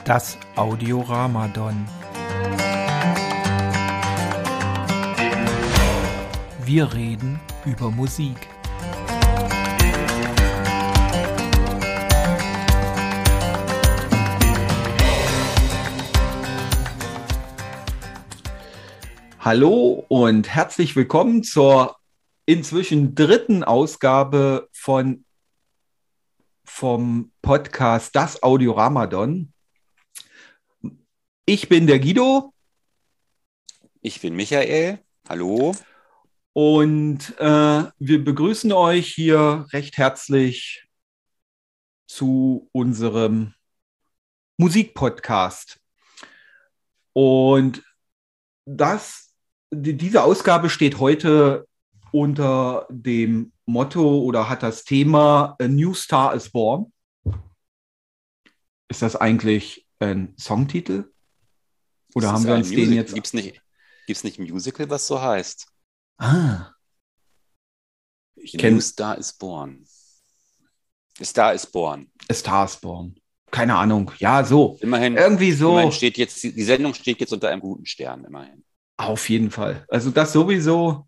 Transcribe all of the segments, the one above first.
Das Audioramadon. Wir reden über Musik. Hallo und herzlich willkommen zur inzwischen dritten Ausgabe vom Podcast Das Audioramadon. Ich bin der Guido. Ich bin Michael. Hallo. Und wir begrüßen euch hier recht herzlich zu unserem Musikpodcast. Und diese Ausgabe steht heute unter dem Motto oder hat das Thema A New Star is Born. Ist das eigentlich ein Songtitel? Oder haben wir uns den jetzt... Gibt's nicht ein Musical, was so heißt? Ah. A New Star is Born. A Star is Born. A Star is Born. Keine Ahnung. Ja, so. Immerhin, irgendwie so. Immerhin steht jetzt, die Sendung steht jetzt unter einem guten Stern, immerhin. Auf jeden Fall. Also das sowieso.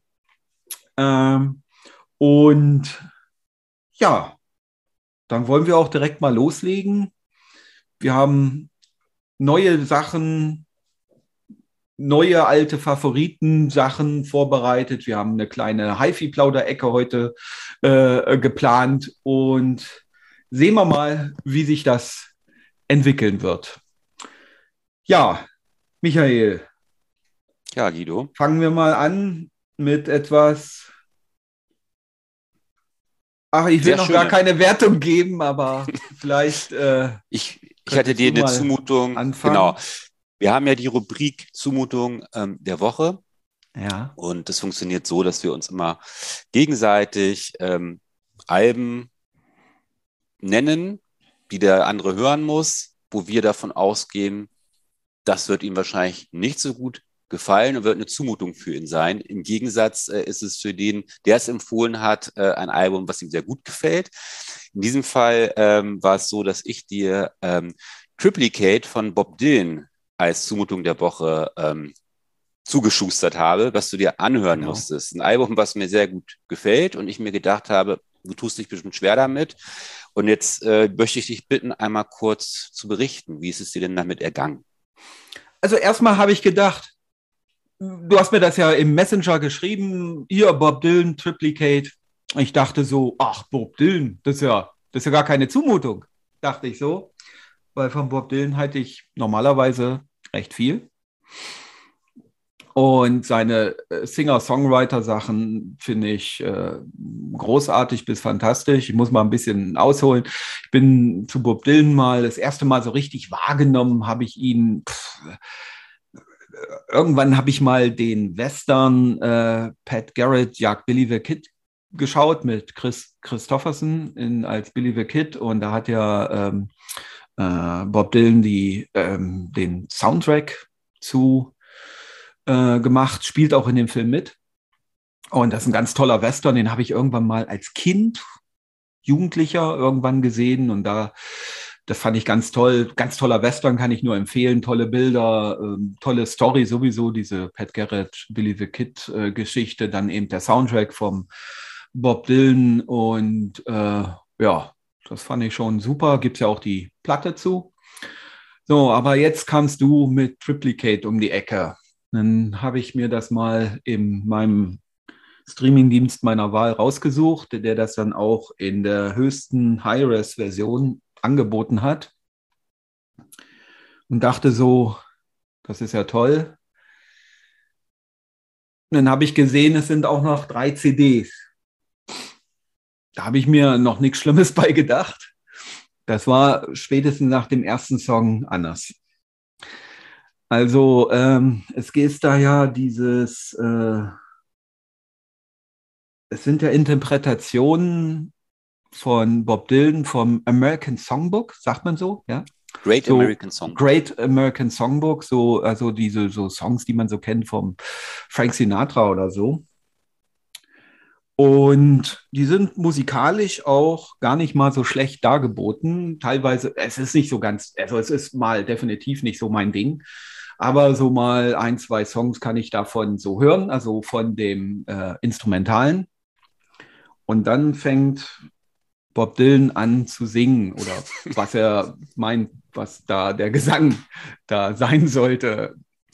Und ja, dann wollen wir auch direkt mal loslegen. Wir haben neue Sachen, neue alte Favoriten-Sachen vorbereitet. Wir haben eine kleine HiFi-Plauderecke heute geplant und sehen wir mal, wie sich das entwickeln wird. Ja, Michael. Ja, Guido. Fangen wir mal an mit etwas. Ach, ich will Sehr noch schöne. gar keine Wertung geben, aber vielleicht. Ich hatte dir eine Zumutung. Anfangen. Genau. Wir haben ja die Rubrik Zumutung der Woche. Ja. Und das funktioniert so, dass wir uns immer gegenseitig Alben nennen, die der andere hören muss, wo wir davon ausgehen, das wird ihm wahrscheinlich nicht so gut gefallen und wird eine Zumutung für ihn sein. Im Gegensatz ist es für den, der es empfohlen hat, ein Album, was ihm sehr gut gefällt. In diesem Fall war es so, dass ich dir Triplicate von Bob Dylan als Zumutung der Woche zugeschustert habe, was du dir anhören musstest. Ein Album, was mir sehr gut gefällt und ich mir gedacht habe, du tust dich bestimmt schwer damit. Und jetzt möchte ich dich bitten, einmal kurz zu berichten. Wie ist es dir denn damit ergangen? Also erstmal habe ich gedacht, du hast mir das ja im Messenger geschrieben, hier Bob Dylan, Triplicate. Ich dachte so, ach, Bob Dylan, das ist ja gar keine Zumutung, dachte ich so. Weil von Bob Dylan halte ich normalerweise recht viel. Und seine Singer-Songwriter-Sachen finde ich großartig bis fantastisch. Ich muss mal ein bisschen ausholen. Ich bin zu Bob Dylan das erste Mal so richtig wahrgenommen, habe ich ihn... Irgendwann habe ich mal den Western Pat Garrett jagt Billy the Kid geschaut mit Chris Christopherson als Billy the Kid. Und da hat ja Bob Dylan den Soundtrack zu gemacht, spielt auch in dem Film mit. Und das ist ein ganz toller Western, den habe ich irgendwann mal als Kind, Jugendlicher irgendwann gesehen und das fand ich ganz toll. Ganz toller Western, kann ich nur empfehlen. Tolle Bilder, tolle Story sowieso, diese Pat Garrett, Billy the Kid Geschichte, dann eben der Soundtrack vom Bob Dylan und ja, das fand ich schon super. Gibt es ja auch die Platte zu. So, aber jetzt kamst du mit Triplicate um die Ecke. Dann habe ich mir das mal in meinem Streamingdienst meiner Wahl rausgesucht, der das dann auch in der höchsten Hi-Res-Version angeboten hat. Und dachte so, das ist ja toll. Und dann habe ich gesehen, es sind auch noch 3 CDs. Da habe ich mir noch nichts Schlimmes bei gedacht. Das war spätestens nach dem ersten Song anders. Also es geht da ja es sind ja Interpretationen von Bob Dylan vom American Songbook, sagt man so, ja? Great American Songbook. Great American Songbook, also diese so Songs, die man so kennt vom Frank Sinatra oder so. Und die sind musikalisch auch gar nicht mal so schlecht dargeboten. Teilweise, es ist nicht so ganz, also es ist mal definitiv nicht so mein Ding. Aber so mal ein, zwei Songs kann ich davon so hören, also von dem Instrumentalen. Und dann fängt Bob Dylan an zu singen oder was er meint, was da der Gesang da sein sollte.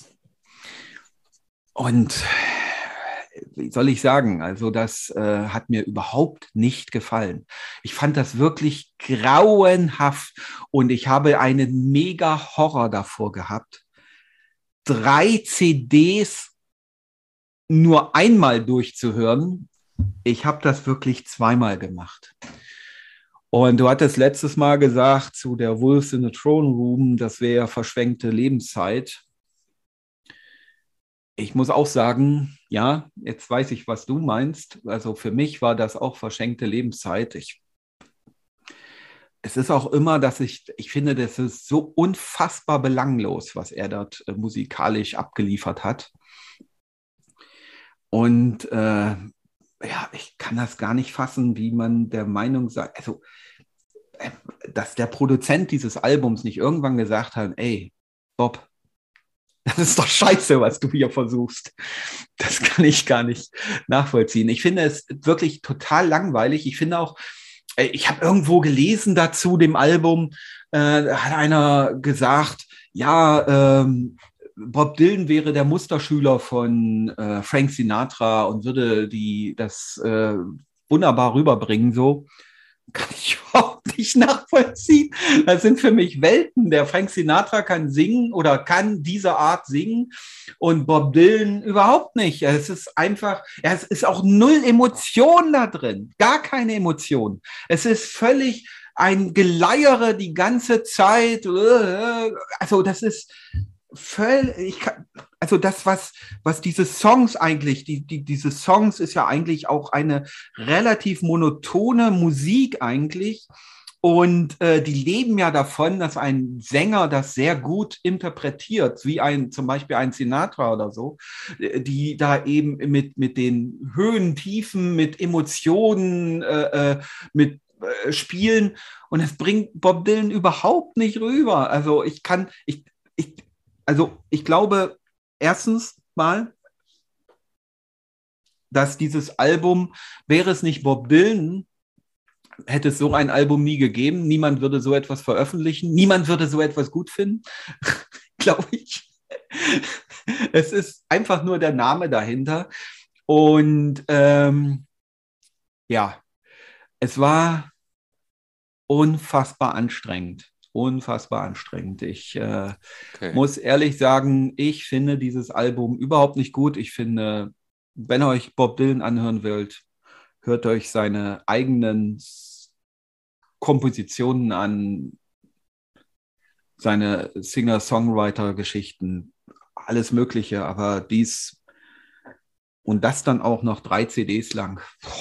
Und wie soll ich sagen, also das hat mir überhaupt nicht gefallen. Ich fand das wirklich grauenhaft und ich habe einen mega Horror davor gehabt, 3 CDs nur einmal durchzuhören. Ich habe das wirklich zweimal gemacht. Und du hattest letztes Mal gesagt zu der Wolves in the Throne Room, das wäre verschwenkte Lebenszeit. Ich muss auch sagen, ja, jetzt weiß ich, was du meinst. Also für mich war das auch verschenkte Lebenszeit. Es ist auch immer, dass ich finde, das ist so unfassbar belanglos, was er dort musikalisch abgeliefert hat. Und ja, ich kann das gar nicht fassen, wie man der Meinung sagt, also dass der Produzent dieses Albums nicht irgendwann gesagt hat, ey, Bob, das ist doch scheiße, was du hier versuchst. Das kann ich gar nicht nachvollziehen. Ich finde es wirklich total langweilig. Ich finde auch, ich habe irgendwo gelesen dazu, dem Album, hat einer gesagt, ja, Bob Dylan wäre der Musterschüler von Frank Sinatra und würde das wunderbar rüberbringen, so. Kann ich überhaupt nicht nachvollziehen. Das sind für mich Welten. Der Frank Sinatra kann singen oder kann diese Art singen und Bob Dylan überhaupt nicht. Es ist einfach, es ist auch null Emotion da drin. Gar keine Emotion. Es ist völlig ein Geleiere die ganze Zeit. Also das ist völlig, also das, was diese Songs eigentlich, diese Songs ist ja eigentlich auch eine relativ monotone Musik eigentlich. Und die leben ja davon, dass ein Sänger das sehr gut interpretiert, wie zum Beispiel ein Sinatra oder so, die da eben mit den Höhen, Tiefen, mit Emotionen, mit spielen. Und das bringt Bob Dylan überhaupt nicht rüber. Also ich glaube, erstens mal, dass dieses Album, wäre es nicht Bob Dylan, hätte es so ein Album nie gegeben. Niemand würde so etwas veröffentlichen. Niemand würde so etwas gut finden, glaube ich. Es ist einfach nur der Name dahinter. Und ja, es war unfassbar anstrengend. Unfassbar anstrengend. Ich muss ehrlich sagen, ich finde dieses Album überhaupt nicht gut. Ich finde, wenn ihr euch Bob Dylan anhören wollt, hört euch seine eigenen Kompositionen an, seine Singer-Songwriter-Geschichten, alles Mögliche, aber und das dann auch noch 3 CDs lang.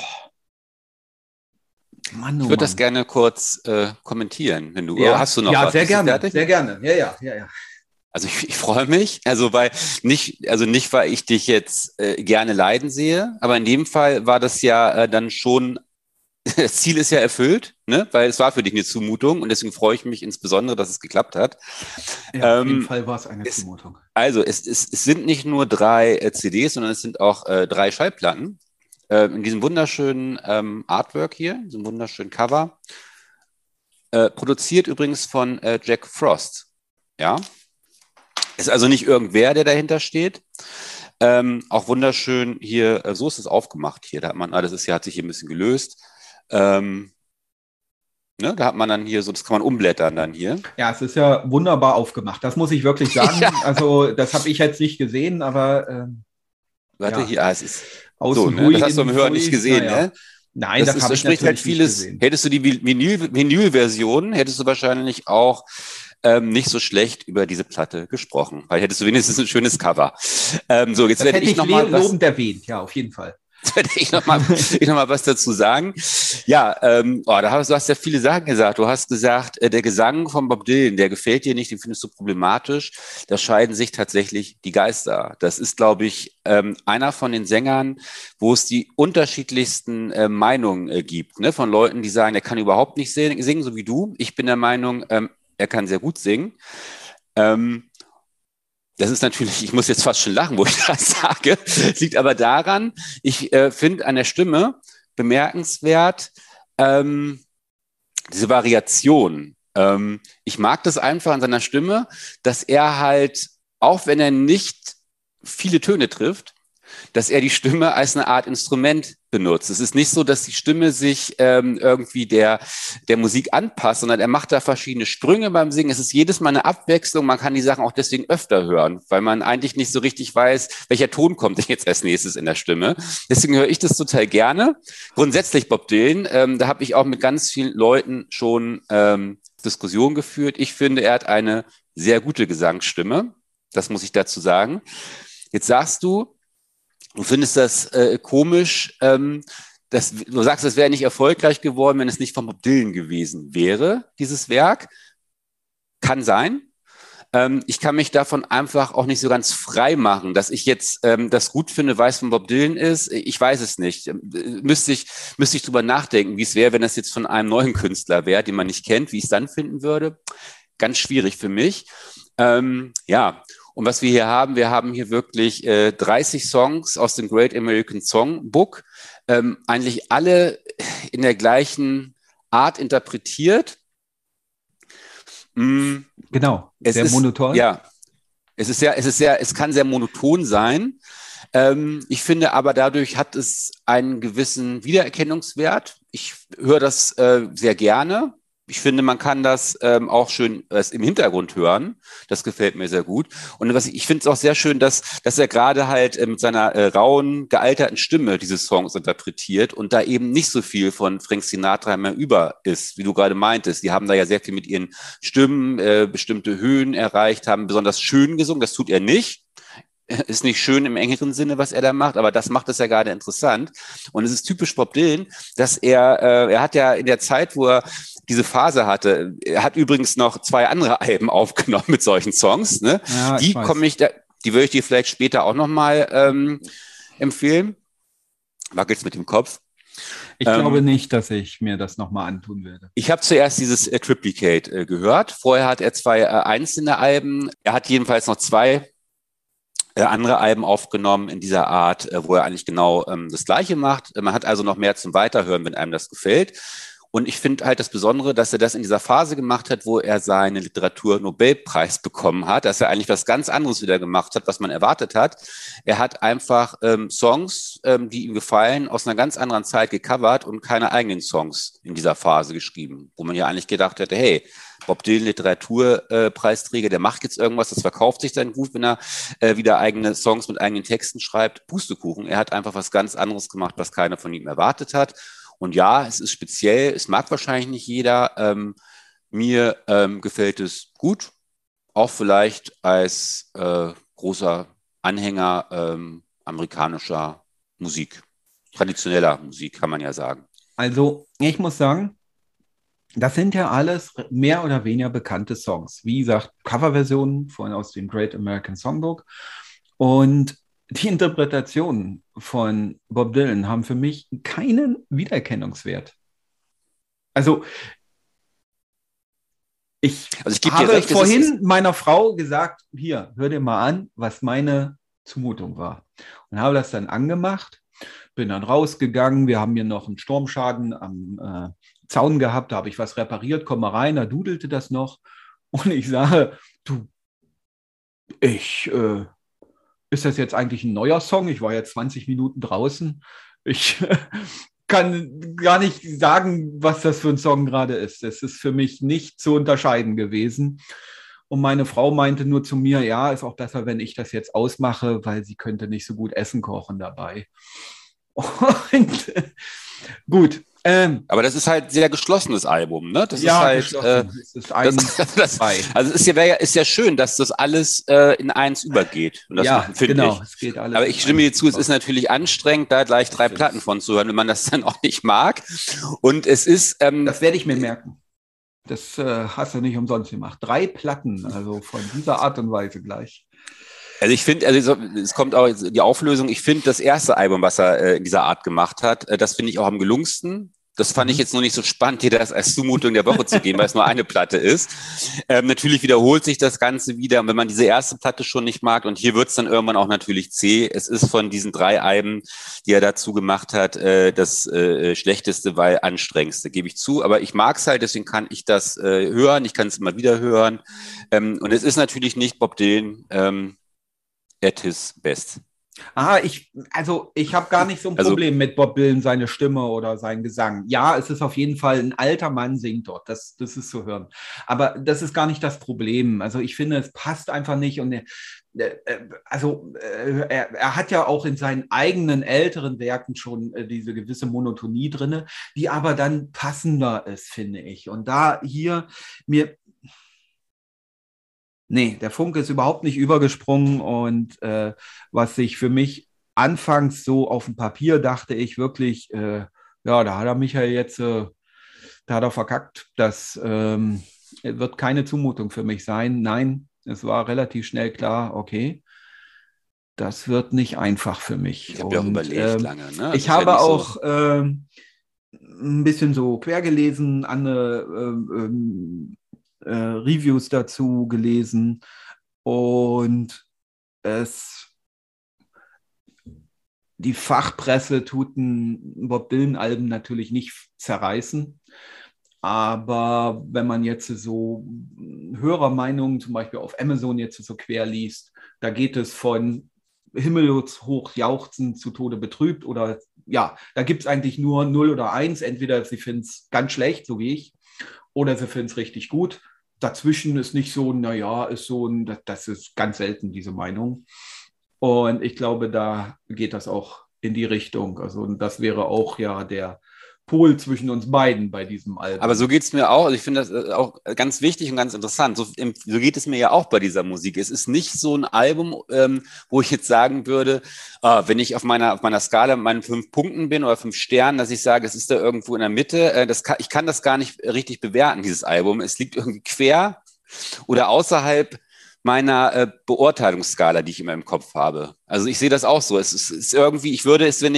Mann, ich würde das gerne kurz kommentieren, wenn du hast du noch was? Ja, sehr gerne, sehr gerne. Ja. Also ich freue mich, also nicht, weil ich dich jetzt gerne leiden sehe, aber in dem Fall war das ja dann schon, das Ziel ist ja erfüllt, ne? Weil es war für dich eine Zumutung und deswegen freue ich mich insbesondere, dass es geklappt hat. Ja, auf jeden Fall war es eine Zumutung. Also es sind nicht nur 3 CDs, sondern es sind auch 3 Schallplatten. In diesem wunderschönen Artwork hier, in diesem wunderschönen Cover. Produziert übrigens von Jack Frost. Ja. Ist also nicht irgendwer, der dahinter steht. Auch wunderschön hier, so ist es aufgemacht hier. Da hat man, das hat sich hier ein bisschen gelöst. Ne, da hat man dann hier so, das kann man umblättern dann hier. Ja, es ist ja wunderbar aufgemacht. Das muss ich wirklich sagen. Ja. Also das habe ich jetzt nicht gesehen, aber warte, hier, es ist so, ne? Das hast du im Hören nicht gesehen, ne? Nein, das habe ich natürlich halt vieles, nicht gesehen. Hättest du die Vinyl-Version, hättest du wahrscheinlich auch nicht so schlecht über diese Platte gesprochen, weil hättest du wenigstens ein schönes Cover. So, jetzt werde ich nochmal lobend erwähnt, ja, auf jeden Fall. Da werde ich noch mal was dazu sagen. Ja, du hast ja viele Sachen gesagt. Du hast gesagt, der Gesang von Bob Dylan, der gefällt dir nicht, den findest du problematisch. Da scheiden sich tatsächlich die Geister. Das ist, glaube ich, einer von den Sängern, wo es die unterschiedlichsten Meinungen gibt. Ne? Von Leuten, die sagen, er kann überhaupt nicht singen, so wie du. Ich bin der Meinung, er kann sehr gut singen. Das ist natürlich, ich muss jetzt fast schon lachen, wo ich das sage. Es liegt aber daran, ich finde an der Stimme bemerkenswert diese Variation. Ich mag das einfach an seiner Stimme, dass er halt, auch wenn er nicht viele Töne trifft, dass er die Stimme als eine Art Instrument benutzt. Es ist nicht so, dass die Stimme sich irgendwie der Musik anpasst, sondern er macht da verschiedene Sprünge beim Singen. Es ist jedes Mal eine Abwechslung. Man kann die Sachen auch deswegen öfter hören, weil man eigentlich nicht so richtig weiß, welcher Ton kommt jetzt als nächstes in der Stimme. Deswegen höre ich das total gerne. Grundsätzlich Bob Dylan, da habe ich auch mit ganz vielen Leuten schon Diskussionen geführt. Ich finde, er hat eine sehr gute Gesangsstimme. Das muss ich dazu sagen. Jetzt sagst du findest das komisch, du sagst, es wäre nicht erfolgreich geworden, wenn es nicht von Bob Dylan gewesen wäre, dieses Werk. Kann sein. Ich kann mich davon einfach auch nicht so ganz frei machen, dass ich jetzt das gut finde, weil es von Bob Dylan ist. Ich weiß es nicht. Müsste ich drüber nachdenken, wie es wäre, wenn es jetzt von einem neuen Künstler wäre, den man nicht kennt, wie ich es dann finden würde. Ganz schwierig für mich. Ja. Und was wir haben hier wirklich 30 Songs aus dem Great American Songbook, eigentlich alle in der gleichen Art interpretiert. Genau, sehr monoton. Ja, es kann sehr monoton sein. Ich finde aber dadurch hat es einen gewissen Wiedererkennungswert. Ich höre das sehr gerne. Ich finde, man kann das auch schön im Hintergrund hören. Das gefällt mir sehr gut. Und ich finde es auch sehr schön, dass er gerade halt mit seiner rauen, gealterten Stimme diese Songs interpretiert und da eben nicht so viel von Frank Sinatra mehr über ist, wie du gerade meintest. Die haben da ja sehr viel mit ihren Stimmen bestimmte Höhen erreicht, haben besonders schön gesungen. Das tut er nicht. Ist nicht schön im engeren Sinne, was er da macht, aber das macht es ja gerade interessant. Und es ist typisch Bob Dylan, dass er hat ja in der Zeit, wo er diese Phase hatte, er hat übrigens noch 2 andere Alben aufgenommen mit solchen Songs. Ne? Ja, die würde ich dir vielleicht später auch nochmal empfehlen. Wackelst mit dem Kopf. Ich glaube nicht, dass ich mir das nochmal antun werde. Ich habe zuerst dieses Triplicate gehört. Vorher hat er 2 einzelne Alben. Er hat jedenfalls noch 2 andere Alben aufgenommen in dieser Art, wo er eigentlich genau das Gleiche macht. Man hat also noch mehr zum Weiterhören, wenn einem das gefällt. Und ich finde halt das Besondere, dass er das in dieser Phase gemacht hat, wo er seinen Literatur-Nobelpreis bekommen hat, dass er eigentlich was ganz anderes wieder gemacht hat, was man erwartet hat. Er hat einfach Songs, die ihm gefallen, aus einer ganz anderen Zeit gecovert und keine eigenen Songs in dieser Phase geschrieben, wo man ja eigentlich gedacht hätte, hey, Bob Dylan, Literaturpreisträger, der macht jetzt irgendwas, das verkauft sich dann gut, wenn er wieder eigene Songs mit eigenen Texten schreibt. Pustekuchen, er hat einfach was ganz anderes gemacht, was keiner von ihm erwartet hat. Und ja, es ist speziell, es mag wahrscheinlich nicht jeder. Mir gefällt es gut, auch vielleicht als großer Anhänger amerikanischer Musik, traditioneller Musik, kann man ja sagen. Also, ich muss sagen, das sind ja alles mehr oder weniger bekannte Songs. Wie gesagt, Coverversionen von aus dem Great American Songbook. Und die Interpretationen von Bob Dylan haben für mich keinen Wiedererkennungswert. Also ich habe vorhin meiner Frau gesagt, hier, hör dir mal an, was meine Zumutung war. Und habe das dann angemacht, bin dann rausgegangen, wir haben hier noch einen Sturmschaden am Zaun gehabt, da habe ich was repariert, komm mal rein, da dudelte das noch. Und ich sage, du, ist das jetzt eigentlich ein neuer Song? Ich war jetzt 20 Minuten draußen. Ich kann gar nicht sagen, was das für ein Song gerade ist. Es ist für mich nicht zu unterscheiden gewesen. Und meine Frau meinte nur zu mir, ja, ist auch besser, wenn ich das jetzt ausmache, weil sie könnte nicht so gut Essen kochen dabei. Und gut, Aber das ist halt ein sehr geschlossenes Album, ne? Das ja, ist halt, es ist ein, also ist ja schön, dass das alles in eins übergeht. Und das ja, finde genau, ich. es geht alles. Aber ich stimme dir zu, es ist natürlich anstrengend, da gleich 3 Platten von zu hören, wenn man das dann auch nicht mag. Und es ist. Das werde ich mir merken. Das hast du nicht umsonst gemacht. 3 Platten, also von dieser Art und Weise gleich. Also ich finde, also es kommt auch die Auflösung, ich finde das erste Album, was er in dieser Art gemacht hat, das finde ich auch am gelungensten. Das fand ich jetzt nur nicht so spannend, dir das als Zumutung der Woche zu geben, weil es nur eine Platte ist. Natürlich wiederholt sich das Ganze wieder, und wenn man diese erste Platte schon nicht mag, und hier wird es dann irgendwann auch natürlich zäh. Es ist von diesen 3 Alben, die er dazu gemacht hat, das schlechteste, weil anstrengendste, gebe ich zu. Aber ich mag es halt, deswegen kann ich das hören, ich kann es immer wieder hören. Und es ist natürlich nicht Bob Dylan, at his best. Ich habe gar nicht so ein Problem mit Bob Dylan, seine Stimme oder sein Gesang. Ja, es ist auf jeden Fall ein alter Mann singt dort, das ist zu hören. Aber das ist gar nicht das Problem. Also ich finde, es passt einfach nicht. Und er hat ja auch in seinen eigenen älteren Werken schon diese gewisse Monotonie drin, die aber dann passender ist, finde ich. Und da hier Nee, der Funke ist überhaupt nicht übergesprungen, und was sich für mich anfangs so auf dem Papier dachte ich wirklich, ja, da hat er Michael jetzt, da hat er verkackt. Das wird keine Zumutung für mich sein. Nein, es war relativ schnell klar, okay, das wird nicht einfach für mich. Ich habe ja auch überlegt lange. Ne? Ich habe auch ein bisschen so quer gelesen, andere Reviews dazu gelesen, und die Fachpresse tut ein Bob Dylan-Alben natürlich nicht zerreißen, aber wenn man jetzt so Hörermeinungen zum Beispiel auf Amazon jetzt so quer liest, da geht es von himmelhoch jauchzen zu Tode betrübt, oder ja, da gibt es eigentlich nur 0 oder 1, entweder sie finden es ganz schlecht, so wie ich, oder sie finden es richtig gut. Dazwischen ist nicht so, naja, das ist ganz selten, diese Meinung. Und ich glaube, da geht das auch in die Richtung. Also das wäre auch ja der Pol zwischen uns beiden bei diesem Album. Aber so geht es mir auch. Also ich finde das auch ganz wichtig und ganz interessant. So geht es mir ja auch bei dieser Musik. Es ist nicht so ein Album, wo ich jetzt sagen würde, wenn ich auf meiner Skala mit meinen 5 Punkten bin oder 5 Sternen, dass ich sage, es ist da irgendwo in der Mitte. Ich kann das gar nicht richtig bewerten, dieses Album. Es liegt irgendwie quer oder außerhalb meiner Beurteilungsskala, die ich immer im Kopf habe. Also ich sehe das auch so. Es ist irgendwie, ich würde es,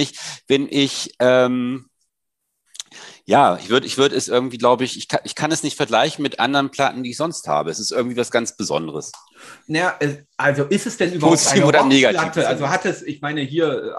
ich würde es irgendwie, glaube ich kann es nicht vergleichen mit anderen Platten, die ich sonst habe. Es ist irgendwie was ganz Besonderes. Naja, also ist es denn überhaupt eine Rockplatte? Also hat es, ich meine hier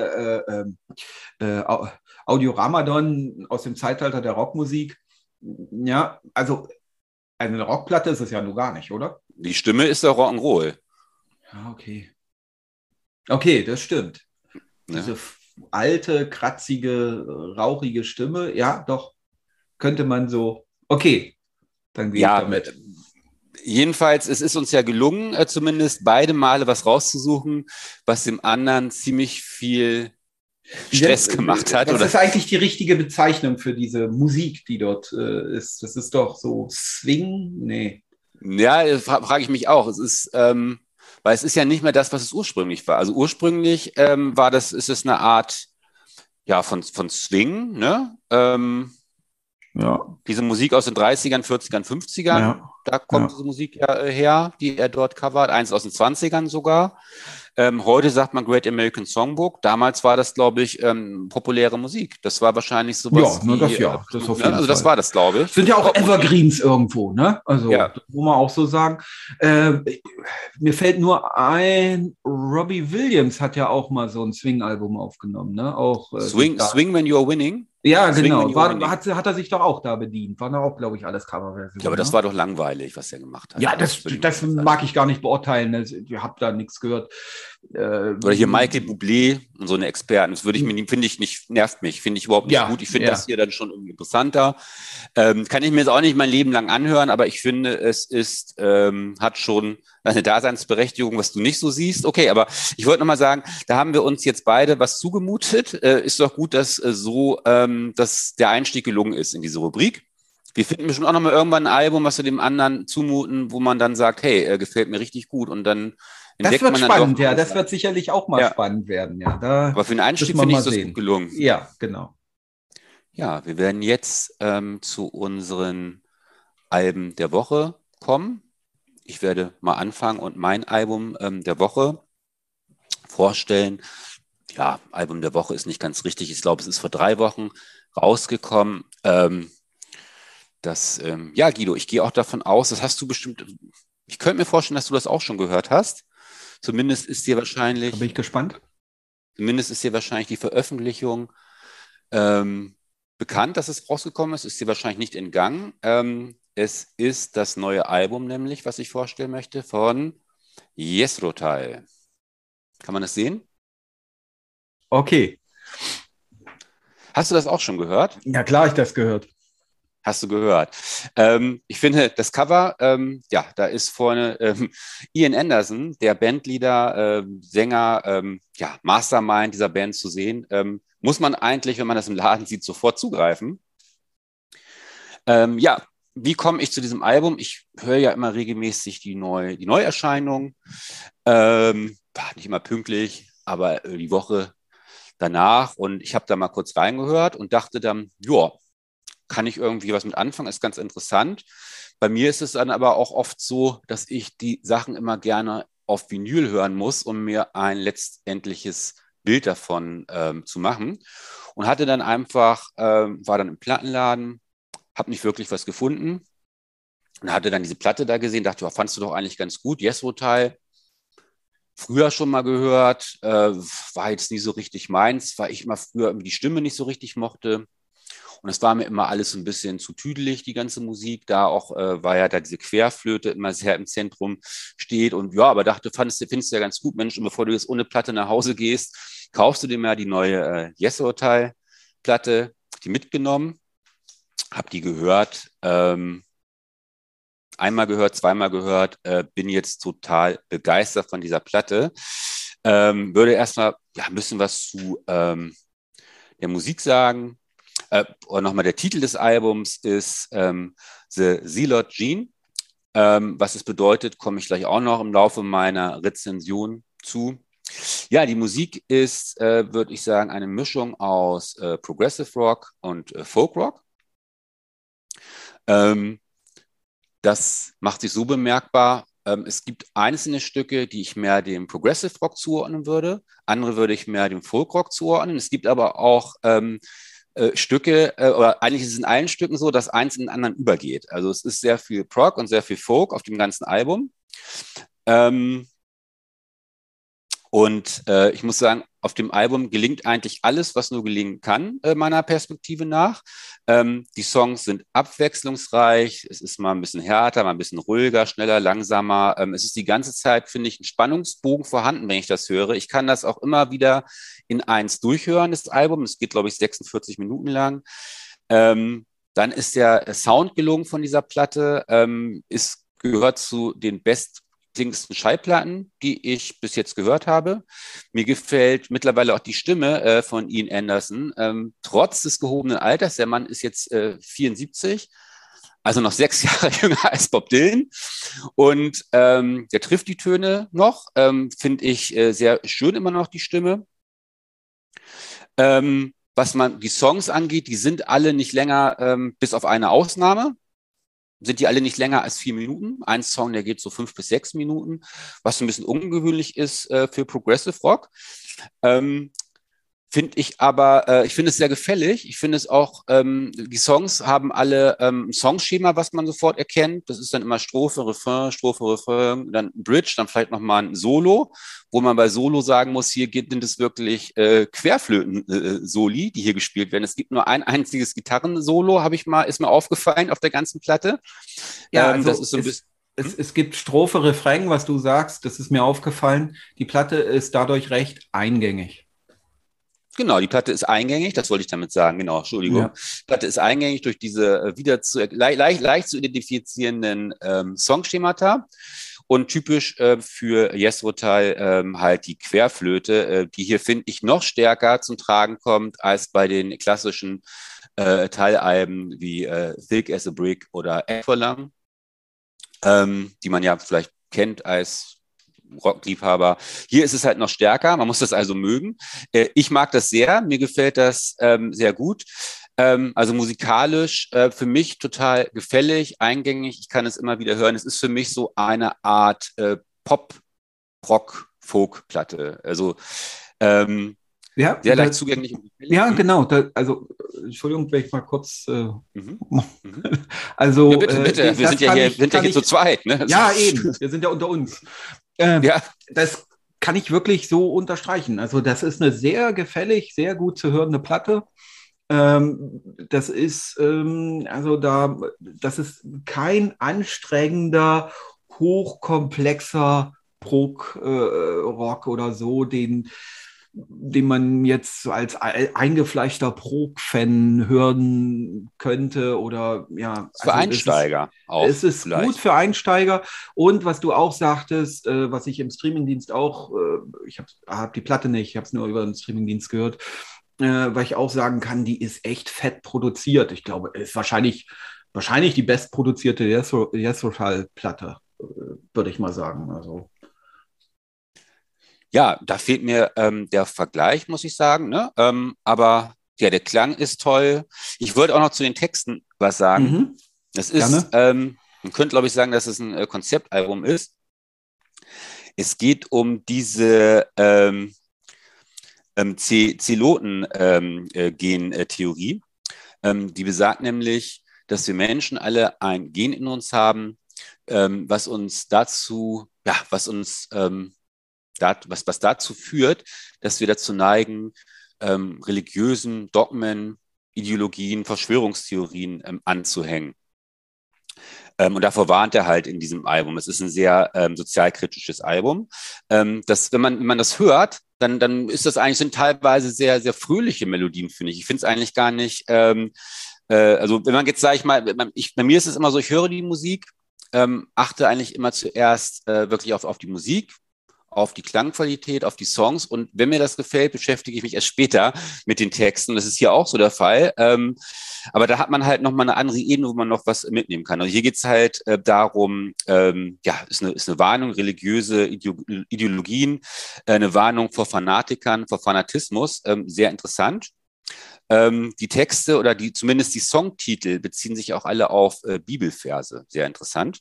Audioramadon aus dem Zeitalter der Rockmusik, ja, also eine Rockplatte ist es ja nur gar nicht, oder? Die Stimme ist der Rock'n'Roll. Ja, okay. Okay, das stimmt. Ja. Diese alte, kratzige, rauchige Stimme, ja, doch, könnte man so, okay, dann gehe ich damit. Jedenfalls, es ist uns ja gelungen, zumindest beide Male was rauszusuchen, was dem anderen ziemlich viel Stress gemacht hat. Was ist eigentlich die richtige Bezeichnung für diese Musik, die dort ist? Das ist doch so Swing? Nee. Ja, frage ich mich auch. Es ist, weil es ist ja nicht mehr das, was es ursprünglich war. Also ursprünglich ist es eine Art von Swing, ne? Ja. Diese Musik aus den 30ern, 40ern, 50ern, da kommt diese Musik her, die er dort covert, eins aus den 20ern sogar. Heute sagt man Great American Songbook. Damals war das, glaube ich, populäre Musik. Das war wahrscheinlich sowas das auf jeden Fall. Das war das, glaube ich. Sind ja auch Evergreens irgendwo, ne? Also, muss man auch so sagen. Mir fällt nur ein, Robbie Williams hat ja auch mal so ein Swing-Album aufgenommen, ne? Auch, Swing When You're Winning? Ja, genau. Hat er sich doch auch da bedient. Waren auch, glaube ich, alles Coverversionen. Ja, aber das war doch langweilig, was er gemacht hat. Ja, das mag ich gar nicht beurteilen. Ich habe da nichts gehört. Oder hier Michael Bublé und so eine Experten. Das nervt mich. Finde ich überhaupt nicht gut. Ich finde das hier dann schon irgendwie interessanter. Kann ich mir jetzt auch nicht mein Leben lang anhören, aber ich finde, es ist, hat schon eine Daseinsberechtigung, was du nicht so siehst. Okay, aber ich wollte nochmal sagen, da haben wir uns jetzt beide was zugemutet. Ist doch gut, dass dass der Einstieg gelungen ist in diese Rubrik. Wir finden bestimmt auch nochmal irgendwann ein Album, was wir dem anderen zumuten, wo man dann sagt, hey, gefällt mir richtig gut. Und dann Das entdeckt wird man dann spannend, doch. ja. Das wird sicherlich auch mal Ja. spannend werden, ja. Da Aber für den Einstieg müssen wir finde ich, mal ist das sehen. gut gelungen. Ja, genau. Ja, wir werden jetzt zu unseren Alben der Woche kommen. Ich werde mal anfangen und mein Album der Woche vorstellen. Ja, Album der Woche ist nicht ganz richtig. Ich glaube, es ist vor 3 Wochen rausgekommen. Ja, Guido, ich gehe auch davon aus, das hast du bestimmt, ich könnte mir vorstellen, dass du das auch schon gehört hast. Zumindest ist dir Da bin ich wahrscheinlich gespannt. die Veröffentlichung bekannt, dass es rausgekommen ist dir wahrscheinlich nicht entgangen. Es ist das neue Album nämlich, was ich vorstellen möchte, von Yesrotai. Kann man das sehen? Okay. Hast du das auch schon gehört? Ja, klar, ich das gehört. Hast du gehört. Ich finde, das Cover, ja, da ist vorne Ian Anderson, der Bandleader, Sänger, ja, Mastermind dieser Band zu sehen. Muss man eigentlich, wenn man das im Laden sieht, sofort zugreifen. Ja, wie komme ich zu diesem Album? Ich höre ja immer regelmäßig die Neuerscheinungen. Nicht immer pünktlich, aber die Woche danach. Und ich habe da mal kurz reingehört und dachte dann, ja, kann ich irgendwie was mit anfangen? Ist ganz interessant. Bei mir ist es dann aber auch oft so, dass ich die Sachen immer gerne auf Vinyl hören muss, um mir ein letztendliches Bild davon zu machen. Und hatte dann einfach, war dann im Plattenladen, habe nicht wirklich was gefunden und hatte dann diese Platte da gesehen, dachte, fandst du doch eigentlich ganz gut, Yesrotai. Früher schon mal gehört, war jetzt nie so richtig meins, weil ich immer früher die Stimme nicht so richtig mochte. Und es war mir immer alles so ein bisschen zu tüdelig, die ganze Musik. Da auch war ja da diese Querflöte immer sehr im Zentrum steht. Und ja, aber dachte, findest du ja ganz gut, Mensch. Und bevor du jetzt ohne Platte nach Hause gehst, kaufst du dir mal die neue Yesrotai-Platte, die mitgenommen, hab die gehört, einmal gehört, zweimal gehört, bin jetzt total begeistert von dieser Platte. Würde erstmal ja, ein bisschen was zu der Musik sagen. Und nochmal der Titel des Albums ist The Zealot Gene. Was es bedeutet, komme ich gleich auch noch im Laufe meiner Rezension zu. Ja, die Musik ist, würde ich sagen, eine Mischung aus Progressive Rock und Folk Rock. Das macht sich so bemerkbar. Es gibt einzelne Stücke, die ich mehr dem Progressive Rock zuordnen würde. Andere würde ich mehr dem Folk Rock zuordnen. Es gibt aber auch Stücke, oder eigentlich ist es in allen Stücken so, dass eins in den anderen übergeht. Also es ist sehr viel Prog und sehr viel Folk auf dem ganzen Album. Ich muss sagen, auf dem Album gelingt eigentlich alles, was nur gelingen kann, meiner Perspektive nach. Die Songs sind abwechslungsreich, es ist mal ein bisschen härter, mal ein bisschen ruhiger, schneller, langsamer. Es ist die ganze Zeit, finde ich, ein Spannungsbogen vorhanden, wenn ich das höre. Ich kann das auch immer wieder in eins durchhören, das Album. Es geht, glaube ich, 46 Minuten lang. Dann ist der Sound gelungen von dieser Platte, gehört zu den bestklingendsten Schallplatten, die ich bis jetzt gehört habe. Mir gefällt mittlerweile auch die Stimme von Ian Anderson, trotz des gehobenen Alters. Der Mann ist jetzt 74, also noch 6 Jahre jünger als Bob Dylan. Und der trifft die Töne noch, finde ich sehr schön immer noch die Stimme. Was die Songs angeht, die sind alle nicht länger, bis auf eine Ausnahme, sind die alle nicht länger als 4 Minuten. Ein Song, der geht so 5 bis 6 Minuten, was ein bisschen ungewöhnlich ist für Progressive Rock. Finde ich aber, ich finde es sehr gefällig. Ich finde es auch, die Songs haben alle ein Songschema, was man sofort erkennt. Das ist dann immer Strophe, Refrain, dann ein Bridge, dann vielleicht nochmal ein Solo, wo man bei Solo sagen muss, hier sind es wirklich Querflöten-Soli, die hier gespielt werden. Es gibt nur ein einziges Gitarrensolo, ist mir aufgefallen auf der ganzen Platte. Ja, also das ist so ein bisschen. Es gibt Strophe, Refrain, was du sagst, das ist mir aufgefallen. Die Platte ist dadurch recht eingängig. Genau, die Platte ist eingängig, das wollte ich damit sagen, genau, Entschuldigung. Ja. Die Platte ist eingängig durch diese leicht zu identifizierenden Songschemata. Und typisch für Jethro Tull halt die Querflöte, die hier, finde ich, noch stärker zum Tragen kommt als bei den klassischen Tull-Alben wie Thick as a Brick oder Aqualung, die man ja vielleicht kennt als Rockliebhaber. Hier ist es halt noch stärker, man muss das also mögen. Ich mag das sehr, mir gefällt das sehr gut. Also musikalisch für mich total gefällig, eingängig, ich kann es immer wieder hören. Es ist für mich so eine Art Pop-Rock-Folk-Platte. Also Ja, sehr leicht zugänglich. Ja, genau. Also, Entschuldigung, wenn ich mal kurz. Mhm. Mhm. Also, ja, bitte. Wir sind ja hier zu zweit. Ne? Ja, eben. Wir sind ja unter uns. Ja. Das kann ich wirklich so unterstreichen. Also, das ist eine sehr gefällig, sehr gut zu hörende Platte. Das ist, das ist kein anstrengender, hochkomplexer Prog-Rock oder so, den man jetzt als eingefleischter Prog-Fan hören könnte oder ja. Für Einsteiger auch. Es ist vielleicht gut für Einsteiger und was du auch sagtest, was ich im Streamingdienst auch, ich hab die Platte nicht, ich habe es nur über den Streamingdienst gehört, weil ich auch sagen kann, die ist echt fett produziert. Ich glaube, ist wahrscheinlich die bestproduzierte Jethro Tull-Platte, würde ich mal sagen. Also. Ja, da fehlt mir der Vergleich, muss ich sagen. Ne? Aber ja, der Klang ist toll. Ich wollte auch noch zu den Texten was sagen. Mhm. Das ist, man könnte, glaube ich, sagen, dass es ein Konzeptalbum ist. Es geht um diese Zeloten-Gen-Theorie. Die besagt nämlich, dass wir Menschen alle ein Gen in uns haben, was dazu führt, dass wir dazu neigen, religiösen Dogmen, Ideologien, Verschwörungstheorien anzuhängen. Und davor warnt er halt in diesem Album. Es ist ein sehr sozialkritisches Album. Wenn man das hört, dann ist das eigentlich, sind teilweise sehr, sehr fröhliche Melodien, finde ich. Ich finde es eigentlich gar nicht, also wenn man jetzt, sage ich mal, bei mir ist es immer so, ich höre die Musik, achte eigentlich immer zuerst wirklich auf die Musik, auf die Klangqualität, auf die Songs. Und wenn mir das gefällt, beschäftige ich mich erst später mit den Texten. Das ist hier auch so der Fall. Aber da hat man halt nochmal eine andere Ebene, wo man noch was mitnehmen kann. Also hier geht es halt darum, ist eine Warnung, religiöse Ideologien, eine Warnung vor Fanatikern, vor Fanatismus. Sehr interessant. Die Texte oder zumindest die Songtitel beziehen sich auch alle auf Bibelverse. Sehr interessant.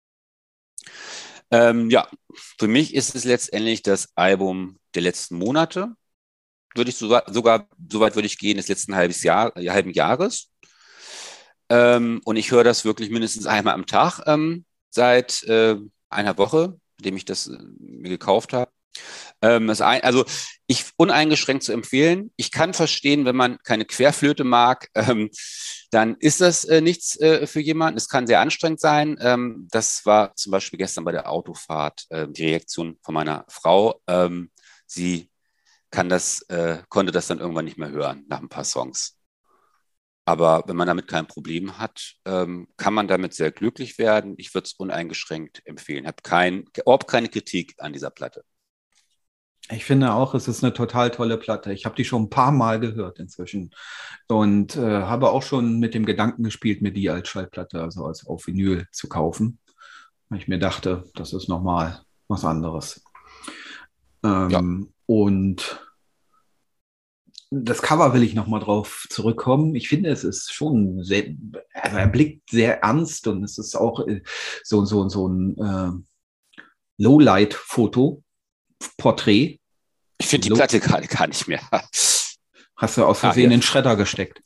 Für mich ist es letztendlich das Album der letzten Monate, würde ich sogar, so weit würde ich gehen, des letzten halben Jahres. Und ich höre das wirklich mindestens einmal am Tag seit einer Woche, indem ich das mir gekauft habe. Also uneingeschränkt zu empfehlen. Ich kann verstehen, wenn man keine Querflöte mag, dann ist das nichts für jemanden. Es kann sehr anstrengend sein. Das war zum Beispiel gestern bei der Autofahrt die Reaktion von meiner Frau. Sie konnte das dann irgendwann nicht mehr hören nach ein paar Songs. Aber wenn man damit kein Problem hat, kann man damit sehr glücklich werden. Ich würde es uneingeschränkt empfehlen. Ich habe überhaupt keine Kritik an dieser Platte. Ich finde auch, es ist eine total tolle Platte. Ich habe die schon ein paar Mal gehört inzwischen und habe auch schon mit dem Gedanken gespielt, mir die als Schallplatte, also auf Vinyl zu kaufen, weil ich mir dachte, das ist nochmal was anderes. Und das Cover will ich nochmal drauf zurückkommen. Ich finde, es ist schon er blickt sehr ernst und es ist auch so ein Lowlight-Foto. Porträt. Ich finde die Platte gerade gar nicht mehr. Hast du aus Versehen in den Schredder gesteckt.